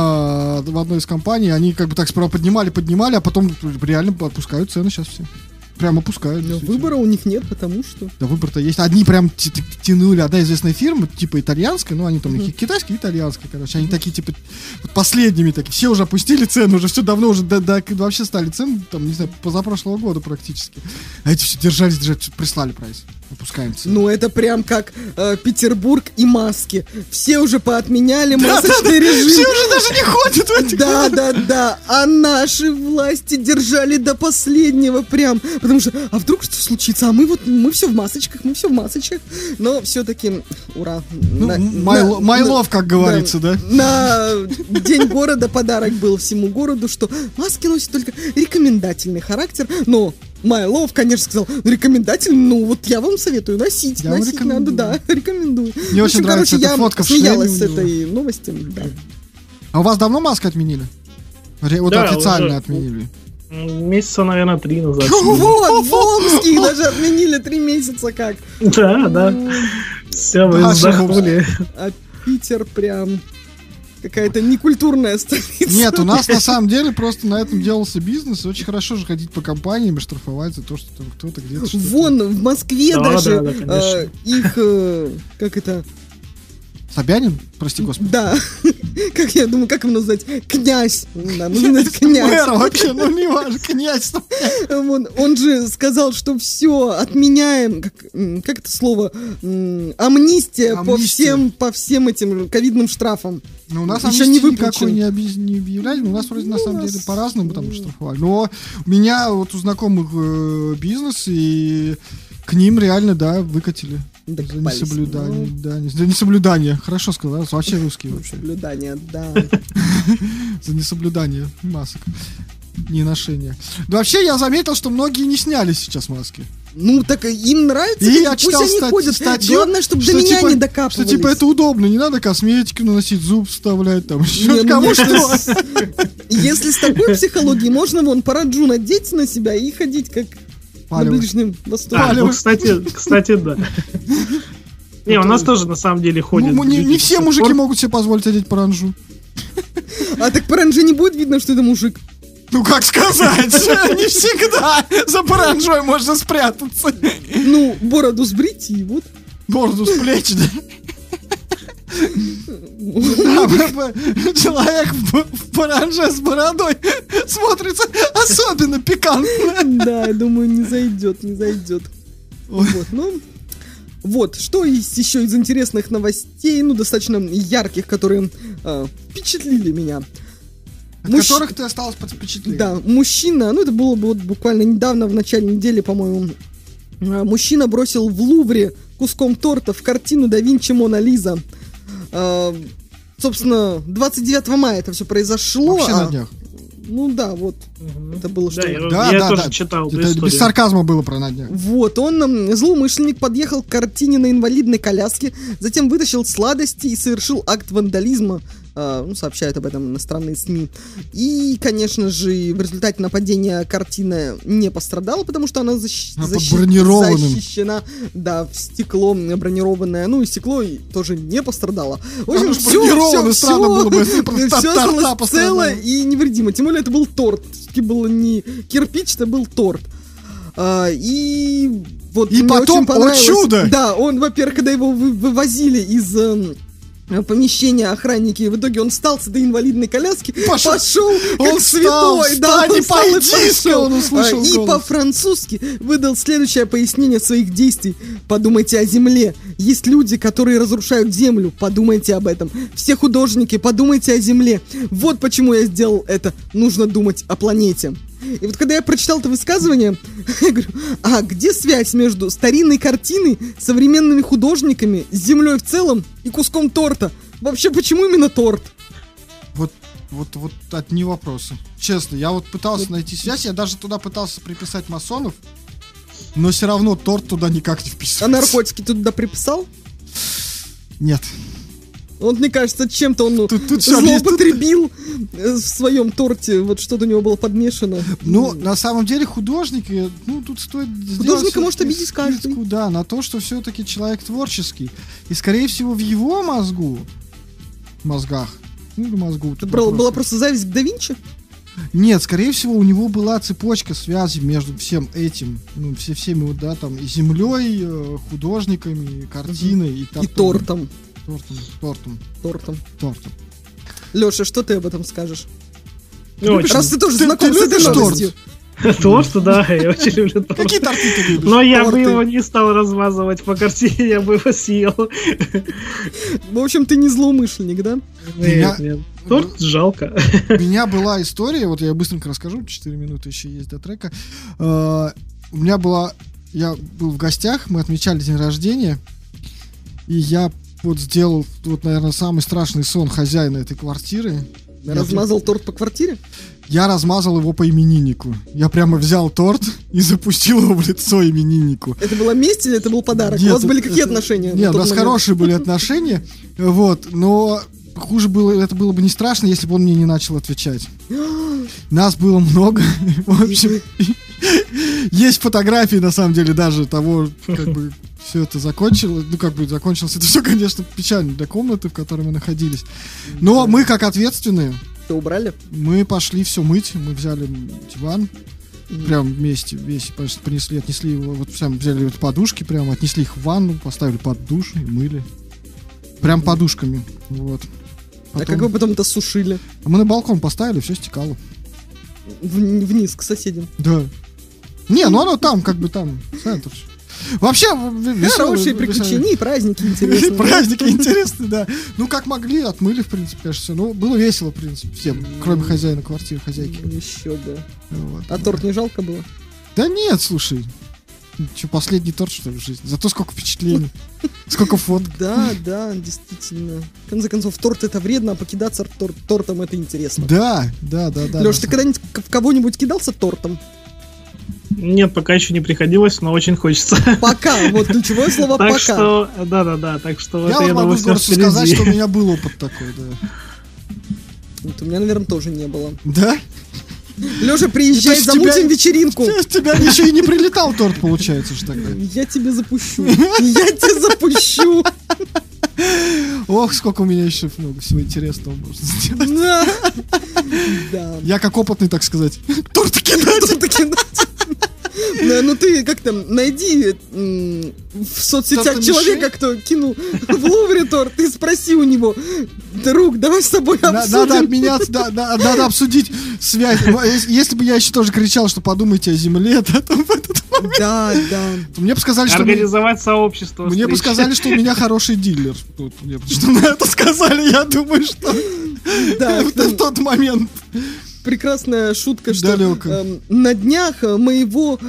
в одной из компаний, они как бы так сперва поднимали, а потом реально отпускают цены сейчас все. прям опускают. Но действительно. выбора у них нет, потому что... Да, выбор-то есть. Одни прям тянули, одна известная фирма, типа итальянская, ну, они там китайские, итальянские, короче. Они такие, типа, вот последними такие. Все уже опустили цену, уже все давно уже вообще стали цены, там, не знаю, позапрошлого года практически. А эти все держались, прислали прайс. Опускаем цену. Ну, это прям как Петербург и маски. Все уже поотменяли масочный режим. Все уже даже не ходят в этих. Да. А наши власти держали до последнего прям. Потому что, а вдруг что случится? А мы все в масочках, Но все-таки, ура. Ну, my love, как говорится, да? На День города подарок был всему городу, что маски носят только рекомендательный характер, но My Love, конечно, сказал, рекомендательный, ну вот я вам советую носить. Я вам Носить рекомендую. надо, да, рекомендую. Мне очень нравится эта фотка в шлеме смеялась у с него. этой новости, да. А у вас давно маску отменили? Вот Да, официально уже. отменили. Месяца, наверное, 3 назад. Вот, в Омске их даже отменили 3 месяца как. Да. Все, вы Да, вздохнули. А Питер прям какая-то некультурная столица. Нет, у нас на самом деле просто на этом делался бизнес. Очень хорошо же ходить по компаниям и штрафовать за то, что там кто-то где-то что-то... Вон, в Москве Да, даже да, конечно. их, как это... Собянин? Прости, господи. Да, как я думаю, как его назвать? Князь. Да, нужно назвать князь. Мэр вообще, ну не важно, князь. Он же сказал, что все отменяем, как это слово, амнистия Амнистия. по всем этим ковидным штрафам. Ну, у нас Еще амнистии не никакой выплачен. не объявляли, но у нас вроде на самом деле по-разному там штрафовали. Но у меня вот у знакомых бизнес, и к ним реально, да, выкатили. За Докопались. несоблюдание, да, за несоблюдание. Хорошо сказал, вообще русский вообще. Соблюдание, да. За несоблюдание масок. Не ношение. Да, вообще, я заметил, что многие не сняли сейчас маски. Ну, так им нравится, И я пусть читал они ходят. статью, Главное, чтобы что до меня типа- не докапывались. Что типа это удобно, не надо косметику наносить, зуб вставлять, там Не, еще ну, кому если что. Если с такой психологией, можно вон параджу надеть на себя и ходить как на Палево. Ближнем Востоке. А, ну, кстати, да. Не, у нас тоже на самом деле ходят. Ну, не люди все до сих мужики пор. могут себе позволить одеть паранжу. А так паранже не будет видно, что это мужик. Ну как сказать, не всегда за паранжой можно спрятаться. Ну, бороду сбрить и вот. Бороду с плеч, да. Человек в паранже с бородой смотрится особенно пикантно. Да, я думаю, не зайдет. Вот, ну... Вот, что есть еще из интересных новостей, ну, достаточно ярких, которые впечатлили меня. От которых ты осталась под впечатлением. Да, мужчина, ну, это было бы вот буквально недавно, в начале недели, по-моему, мужчина бросил в Лувре куском торта в картину да Винчи «Мона Лиза». Собственно, 29 мая это все произошло. Вообще на днях. Ну да, вот. Это было что. Да, я тоже читал эту Это историю. без сарказма было про на днях. Вот, злоумышленник, подъехал к картине на инвалидной коляске, затем вытащил сладости и совершил акт вандализма, сообщают об этом иностранные СМИ. И, конечно же, в результате нападения картина не пострадала, потому что она Она под бронированным. защищена, да, в стекло бронированное, ну и стекло тоже не пострадало. В Оно общем, ж бронировано, странно было бы, если просто все торта осталось пострадало. цело и невредимо. Тем более это был торт. Все-таки было не кирпич, это был торт. И вот И мне потом, очень понравилось. о чудо! Да, он, во-первых, когда его вывозили из помещения охранники, в итоге он встал с этой инвалидной коляски, пошел Он как встал, святой, да, встань и он встал и пойди, пошел. сказал, он услышал И голос. по-французски выдал следующее пояснение своих действий. Подумайте о земле. Есть люди, которые разрушают землю. Подумайте об этом. Все художники, подумайте о земле. Вот почему я сделал это. Нужно думать о планете. И вот когда я прочитал это высказывание, я говорю, а где связь между старинной картиной, современными художниками, с землей в целом и куском торта? Вообще, почему именно торт? Вот одни вопросы. Честно, я вот пытался найти связь, я даже туда пытался приписать масонов, но все равно торт туда никак не вписывается. А наркотики ты туда приписал? Нет. Вот, мне кажется, чем-то он Тут всё злоупотребил в своем торте. Вот что-то у него было подмешано. Ну, на самом деле, художники, ну, тут стоит сделать... Художника может всё-таки обидеть каждый. скидку, да, на то, что все-таки человек творческий. И, скорее всего, в его мозгах, ну, или мозгу... Это была просто зависть к да Винчи? Нет, скорее всего, у него была цепочка связи между всем этим, ну, всеми, вот, да, там, и землей, художниками, картиной, и тортом. Тортом. Леша, что ты об этом скажешь? Очень. Раз ты тоже Ты знаком с этой любишь торт? новостью. Торт, да, я очень люблю торт. Какие торты ты любишь? Но я бы Торты. его не стал размазывать по картине, я бы его съел. В общем, ты не злоумышленник, да? Нет. Торт жалко. У меня была история, вот я быстренько расскажу, 4 минуты еще есть до трека. У меня была... Я был в гостях, мы отмечали день рождения, и я вот сделал, вот, наверное, самый страшный сон хозяина этой квартиры. Размазал торт по квартире? Я размазал его по имениннику. Я прямо взял торт и запустил его в лицо имениннику. Это была месть или это был подарок? Нет, У вас были какие это- отношения? на Нет, у тот нас момент? хорошие были отношения, вот, но хуже было, это было бы не страшно, если бы он мне не начал отвечать. Нас было много, в общем, есть фотографии, на самом деле, даже того, как бы все это закончилось, ну, как бы закончилось это все, конечно, печально для комнаты, в которой мы находились, но мы, как ответственные, Что, убрали? мы пошли все мыть, мы взяли диван, прям вместе, весь понесли, отнесли его, вот прям взяли вот подушки, прям отнесли их в ванну, поставили под душ и мыли. Прям подушками, вот. А как вы потом это сушили? Мы на балкон поставили, все стекало. Вниз, к соседям. Да. Не, ну оно там, как бы там, центр. Вообще, Хорошие приключения и праздники интересные. Праздники интересные, да. Ну, как могли, отмыли, в принципе, конечно, все. Ну, было весело, в принципе, всем, кроме хозяина квартиры, хозяйки. Еще бы. Вот. А торт не жалко было? Да нет, слушай. Че, последний торт, что ли, в жизни? Зато сколько впечатлений. Сколько фоток. Да, да, действительно. В конце концов, торт это вредно, а покидаться тортом это интересно. Да. Леш, ты когда-нибудь в кого-нибудь кидался тортом? Нет, пока еще не приходилось, но очень хочется. Пока, вот ключевое слово Так пока. что, да, так что Я это вот я могу думаю, с всё гордостью сказать, впереди. что у меня был опыт такой, да. Вот у меня, наверное, тоже не было. Да? Леша, приезжай, То есть замутим тебя- вечеринку. С тебя еще и не прилетал торт, получается же тогда. Я тебе запущу. Я тебе запущу. Ох, сколько у меня еще много всего интересного можно сделать. Да. Да. Я как опытный, так сказать, торты кидать. Торты кидать. Да, ну ты как-то найди в соцсетях Торта человека, кто кинул в Лувре торт, и спроси у него: друг, давай с тобой Надо обсудим. обменяться, надо обсудить связь. Если бы я еще тоже кричал, что подумайте о земле, да, то в этот момент. Да, да. Мне бы сказали, что Организовать сообщество. мне бы встреч. сказали, что у меня хороший дилер. Вот мне что на это сказали, я думаю, что Да, в тот момент. прекрасная шутка, что Далеко. на днях моего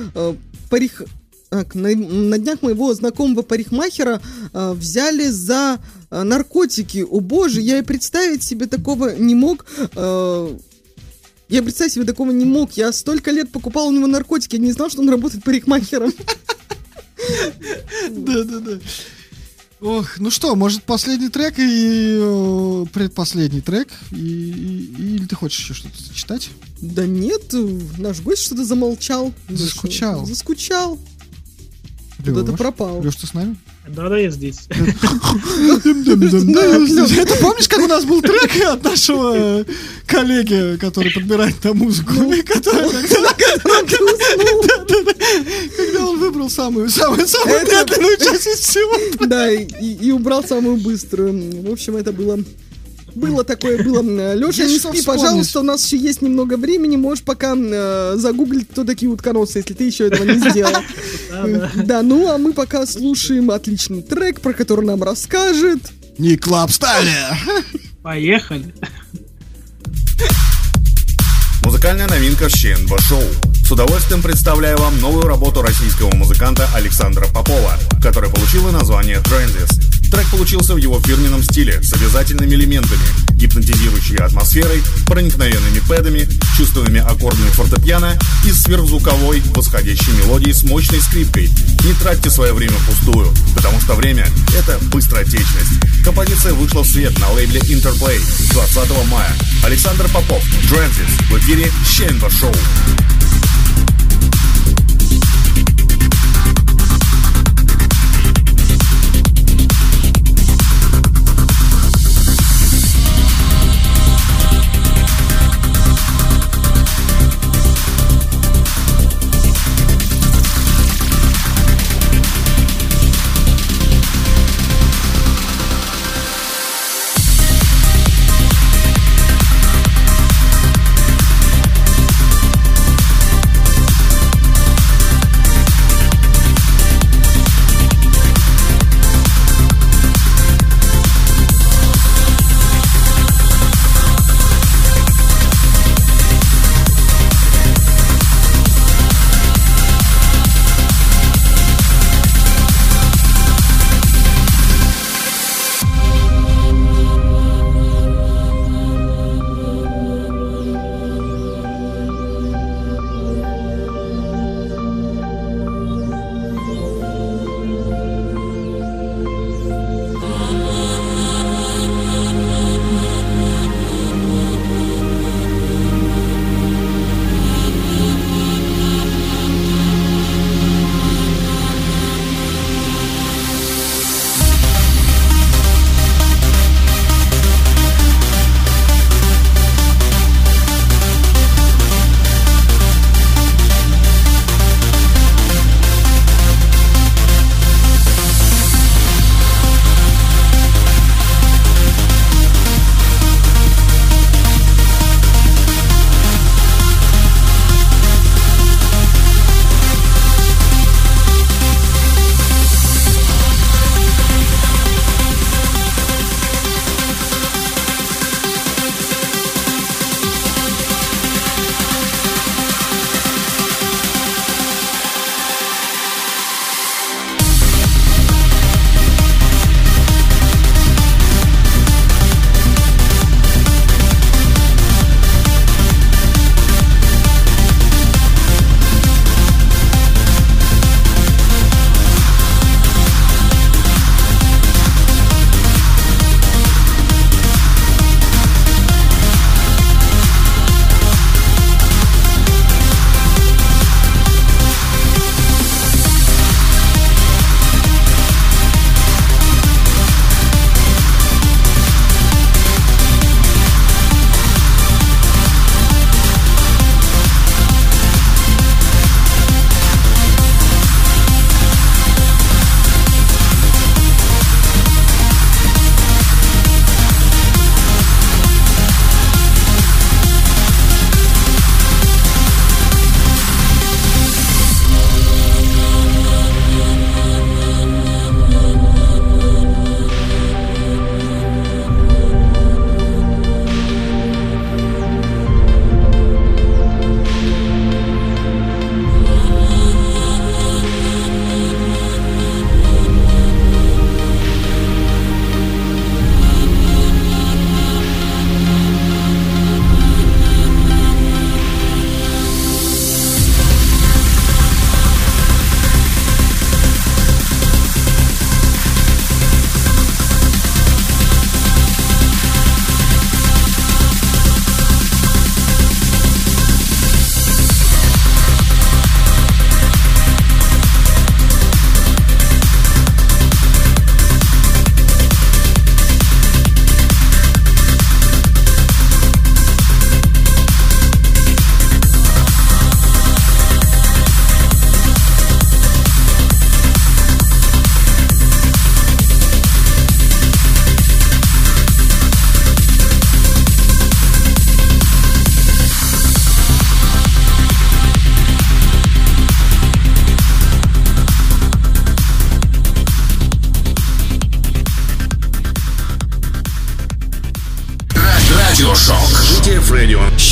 на днях моего знакомого парикмахера взяли за наркотики. О боже, я и представить себе такого не мог. Я представить себе такого не мог. Я столько лет покупал у него наркотики, я не знал, что он работает парикмахером. Да. Ох, ну что, может последний трек и предпоследний трек? Или ты хочешь еще что-то зачитать? Да нет, наш гость что-то замолчал. Заскучал. Заскучал. Лёш, Куда-то пропал. Лёш, ты с нами? Да, я здесь. Это помнишь, как у нас был трек от нашего коллеги, который подбирает на музыку? Который- Когда он выбрал самую медленную часть из всего. Да, и убрал самую быструю. В общем, это было такое, было. Леша, Есть не что спи, вспомнить. пожалуйста, у нас еще есть немного времени. Можешь пока загуглить, кто такие утконосы, если ты еще этого не сделал. Да, ну а мы пока слушаем отличный трек, про который нам расскажет. Ник Клаб стали. Поехали. Музыкальная новинка в ЧНБ Шоу. С удовольствием представляю вам новую работу российского музыканта Александра Попова, которая получила название Transits. Трек получился в его фирменном стиле, с обязательными элементами, гипнотизирующей атмосферой, проникновенными пэдами, чувственными аккордами фортепиано и сверхзвуковой восходящей мелодией с мощной скрипкой. Не тратьте свое время впустую, потому что время — это быстротечность. Композиция вышла в свет на лейбле Interplay 20 мая. Александр Попов, Transits, в эфире ЧНБ Шоу.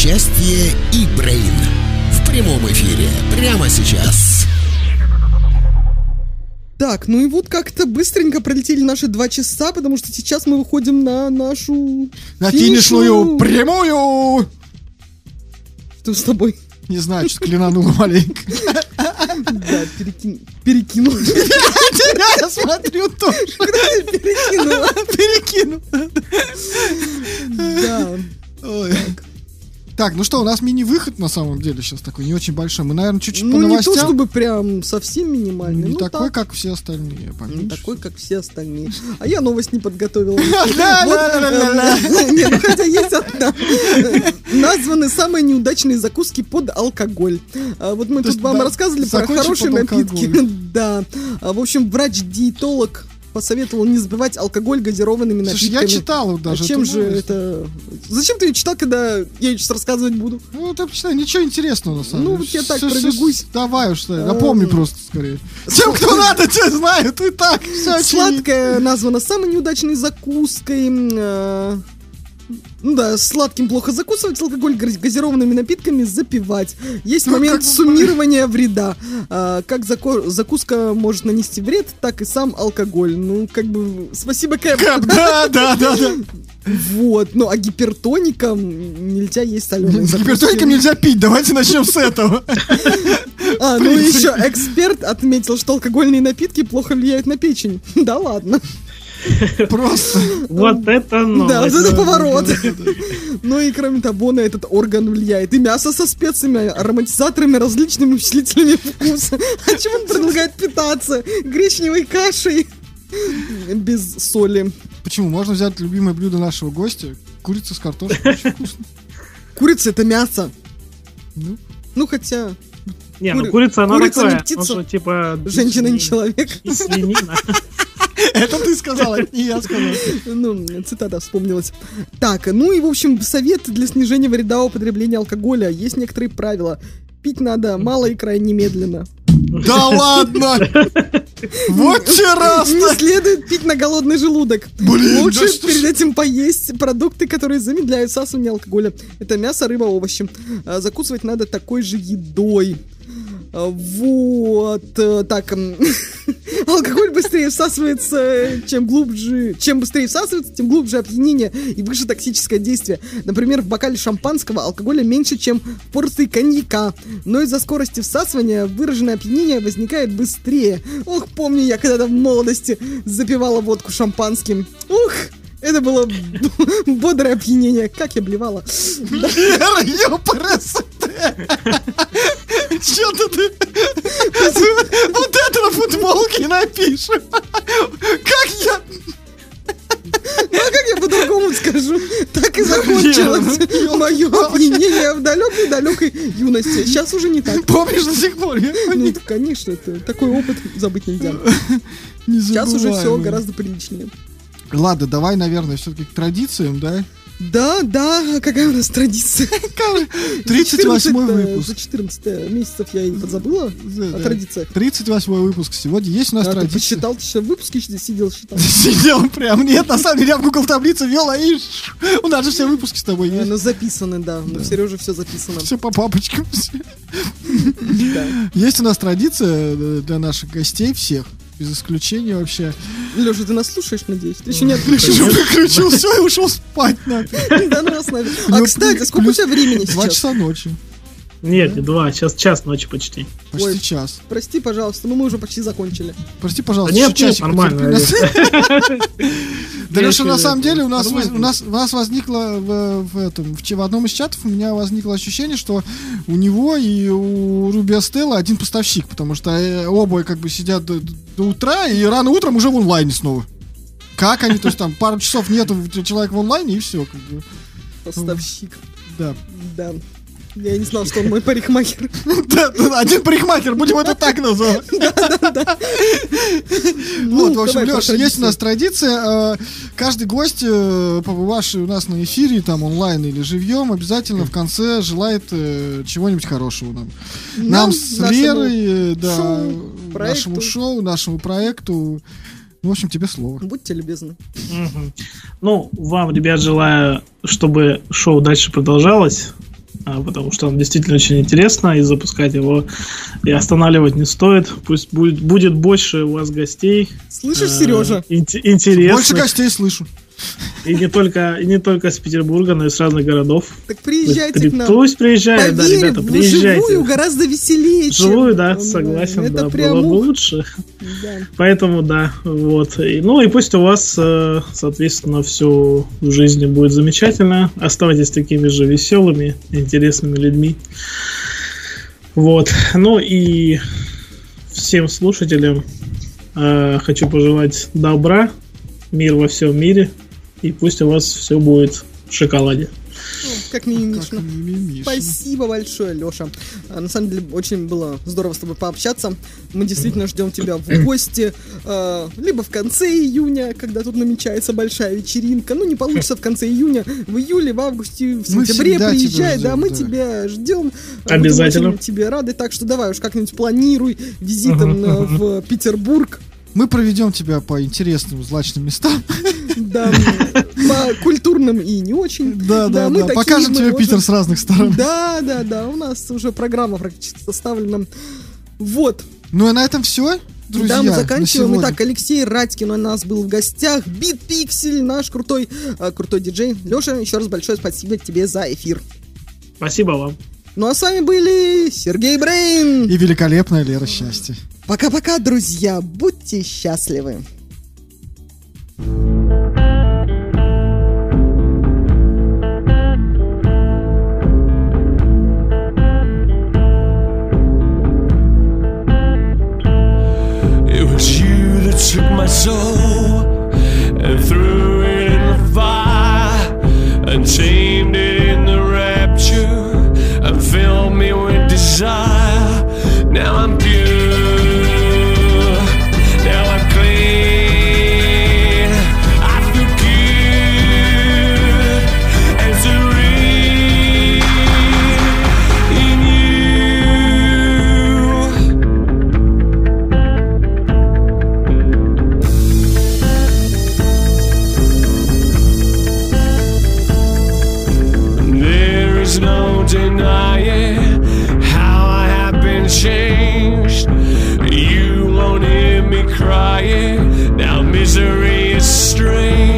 Участие E-Brain в прямом эфире прямо сейчас. Так, ну и вот как-то быстренько пролетели наши 2 часа, потому что сейчас мы выходим на нашу... На финишную прямую! Что с тобой? Не знаю, что-то клинануло маленько. Да, перекинул. Я смотрю тоже. Перекинула. Перекинул. Да. Ой. Так, ну что, у нас мини-выход на самом деле сейчас такой, не очень большой. Мы, наверное, чуть-чуть по Ну, не то новостям. чтобы прям совсем минимальный. Не ну, такой, так. как все остальные. Не поменьше. такой, как все остальные. А я новость не подготовила. Ла-ла-ла-ла-ла. Не, ну хотя есть одна. Названы самые неудачные закуски под алкоголь. Вот мы То тут есть, вам да, рассказывали про закончим хорошие под напитки. алкоголь. Да. В общем, врач-диетолог посоветовал не забивать алкоголь газированными Слушай, напитками. я читал вот даже. А чем эту же новость. это... Зачем ты ее читал, когда я ее сейчас рассказывать буду? Ну, ты почитай, ничего интересного на самом Ну, деле. вот я так Всё, пробегусь. Давай уж, напомни просто скорее. Тем, кто надо, те знают, и так. Все очевидно. Сладкое названо самой неудачной закуской. Ну да, сладким плохо закусывать, алкоголь газированными напитками запивать. Есть момент суммирования вреда. Как закуска может нанести вред, так и сам алкоголь. Ну, как бы, спасибо, Кэп. Да. Вот, ну а гипертоникам нельзя есть соленые закуски. Гипертоникам нельзя пить, давайте начнем с этого. Ну и еще эксперт отметил, что алкогольные напитки плохо влияют на печень. Да ладно. Просто. Вот это новость. Да, вот это поворот. Ну и кроме того, на этот орган влияет и мясо со специями, ароматизаторами, различными усилителями вкуса. А чем он предлагает питаться? Гречневой кашей без соли. Почему? Можно взять любимое блюдо нашего гостя. Курица с картошкой. Очень вкусно. Курица — это мясо. Ну. Ну хотя Не, ну курица, она курица не такая. птица. Ну, что, типа... женщина не человек. И свинина. Это ты сказала, не я сказал. Ну, цитата вспомнилась. Так, ну и, в общем, совет для снижения вреда употребления алкоголя. Есть некоторые правила. Пить надо мало и крайне медленно. Да ладно! Вот те раз! Не следует пить на голодный желудок. Блин, Лучше да что перед ж. этим поесть продукты, которые замедляют всасывание алкоголя. Это мясо, рыба, овощи. Закусывать надо такой же едой. Вот. Так. Алкоголь быстрее всасывается, чем быстрее всасывается, тем глубже опьянение и выше токсическое действие. Например, в бокале шампанского алкоголя меньше, чем в порции коньяка. Но из-за скорости всасывания выраженное опьянение возникает быстрее. Ох, помню я когда-то в молодости запивала водку шампанским. Ух! Это было бодрое опьянение. Как я блевала. Вера, ёпрст! Чё-то ты... Вот это на футболке напишем! Как я... Ну а как я по-другому скажу? Так и закончилось мое опьянение в далекой юности. Сейчас уже не так. Помнишь до сих пор? Ну, конечно, это такой опыт забыть нельзя. Сейчас уже все гораздо приличнее. Ладно, давай, наверное, все-таки к традициям, да? Да, какая у нас традиция? 38-й выпуск. За 14 месяцев я и подзабыла о традициях. 38-й выпуск. Сегодня есть у нас А ты традиция. посчитал, ты что, в выпуске сидел, считал? Сидел прям. Нет, на самом деле я в Google таблице вел, и у нас же все выпуски с тобой есть. Ну, записаны, да. У Сережи все записано. Все по папочкам. Да. Есть у нас традиция для наших гостей всех. Без исключения вообще. Леша, ты нас слушаешь, надеюсь? Ты еще не отключил. Выключил все и ушел спать. Да ну вас нафиг. А, кстати, сколько у тебя времени 2 сейчас? часа ночи. Нет, не 2, сейчас час ночи почти. Почти Ой. час. Прости, пожалуйста, но мы уже почти закончили. Прости, Да пожалуйста, нет, еще часик нормально. потерпи нас. Да, Леша, на Если самом деле у нас нормально. возникло в одном из чатов у меня возникло ощущение, что у него и у Руби Стелла один поставщик, потому что оба как бы сидят до утра и рано утром уже в онлайне снова. Как они, то есть там пару часов нету человека в онлайне и все, как бы. Поставщик. Да. Да. Я не знал, что он мой парикмахер. Да, один парикмахер, будем это так называть. Вот, в общем, давай про Леша, есть у нас традиция. Каждый гость, побывавший у нас на эфире, там онлайн или живьем, обязательно в конце желает чего-нибудь хорошего нам. Нам с нашему Лерой, да, шоу, нашему проекту. шоу, нашему проекту. Ну, в общем, тебе слово. Будьте любезны. Мгм. Ну, вам, ребят, желаю, чтобы шоу дальше продолжалось. потому что он действительно очень интересно, и запускать его и останавливать не стоит. Пусть будет больше у вас гостей. Слышишь, Сережа? Интересно. Больше гостей слышу. И не только с Петербурга, но и с разных городов. Так приезжайте к нам. Пусть приезжают, да, Поверь, ребята, приезжайте. вживую гораздо веселее, Вживую, чем... да, согласен, Это да, прям было бы ух. лучше. Да. Поэтому, да, вот. Ну и пусть у вас, соответственно, все в жизни будет замечательно. Оставайтесь такими же веселыми, интересными людьми. Вот. Ну и всем слушателям хочу пожелать добра, мир во всем мире. И пусть у вас все будет в шоколаде. Как мимимишно. Как мимимишно. Спасибо большое, Леша. На самом деле, очень было здорово с тобой пообщаться. Мы действительно ждем тебя в гости. Либо в конце июня, когда тут намечается большая вечеринка. Ну, не получится в конце июня. В июле, в августе, в Мы сентябре всегда приезжай. тебя Да, ждем, мы да. тебя ждем. Обязательно. Будем очень тебе рады. Так что давай уж как-нибудь планируй визитом в Петербург. Мы проведем тебя по интересным злачным местам. Да, по культурным и не очень. Да. мы такие, Покажем мы тебе можем- Питер с разных сторон. Да, у нас уже программа практически составлена. Вот. Ну и на этом все, друзья. Да, мы на заканчиваем. сегодня. Итак, Алексей Радькин у нас был в гостях. Бит Пиксель, наш крутой диджей. Леша, еще раз большое спасибо тебе за эфир. Спасибо вам. Ну а с вами были Сергей Брейн. И великолепная Лера Счастье. Пока-пока, друзья. Будьте счастливы. It was you that took my soul and threw it in the fire and tamed it in the rapture and filled me with desire. Now I'm pure, now I'm clean. I feel good and serene in you. There is no denying how I have been changed. You won't hear me crying. Now misery is strange.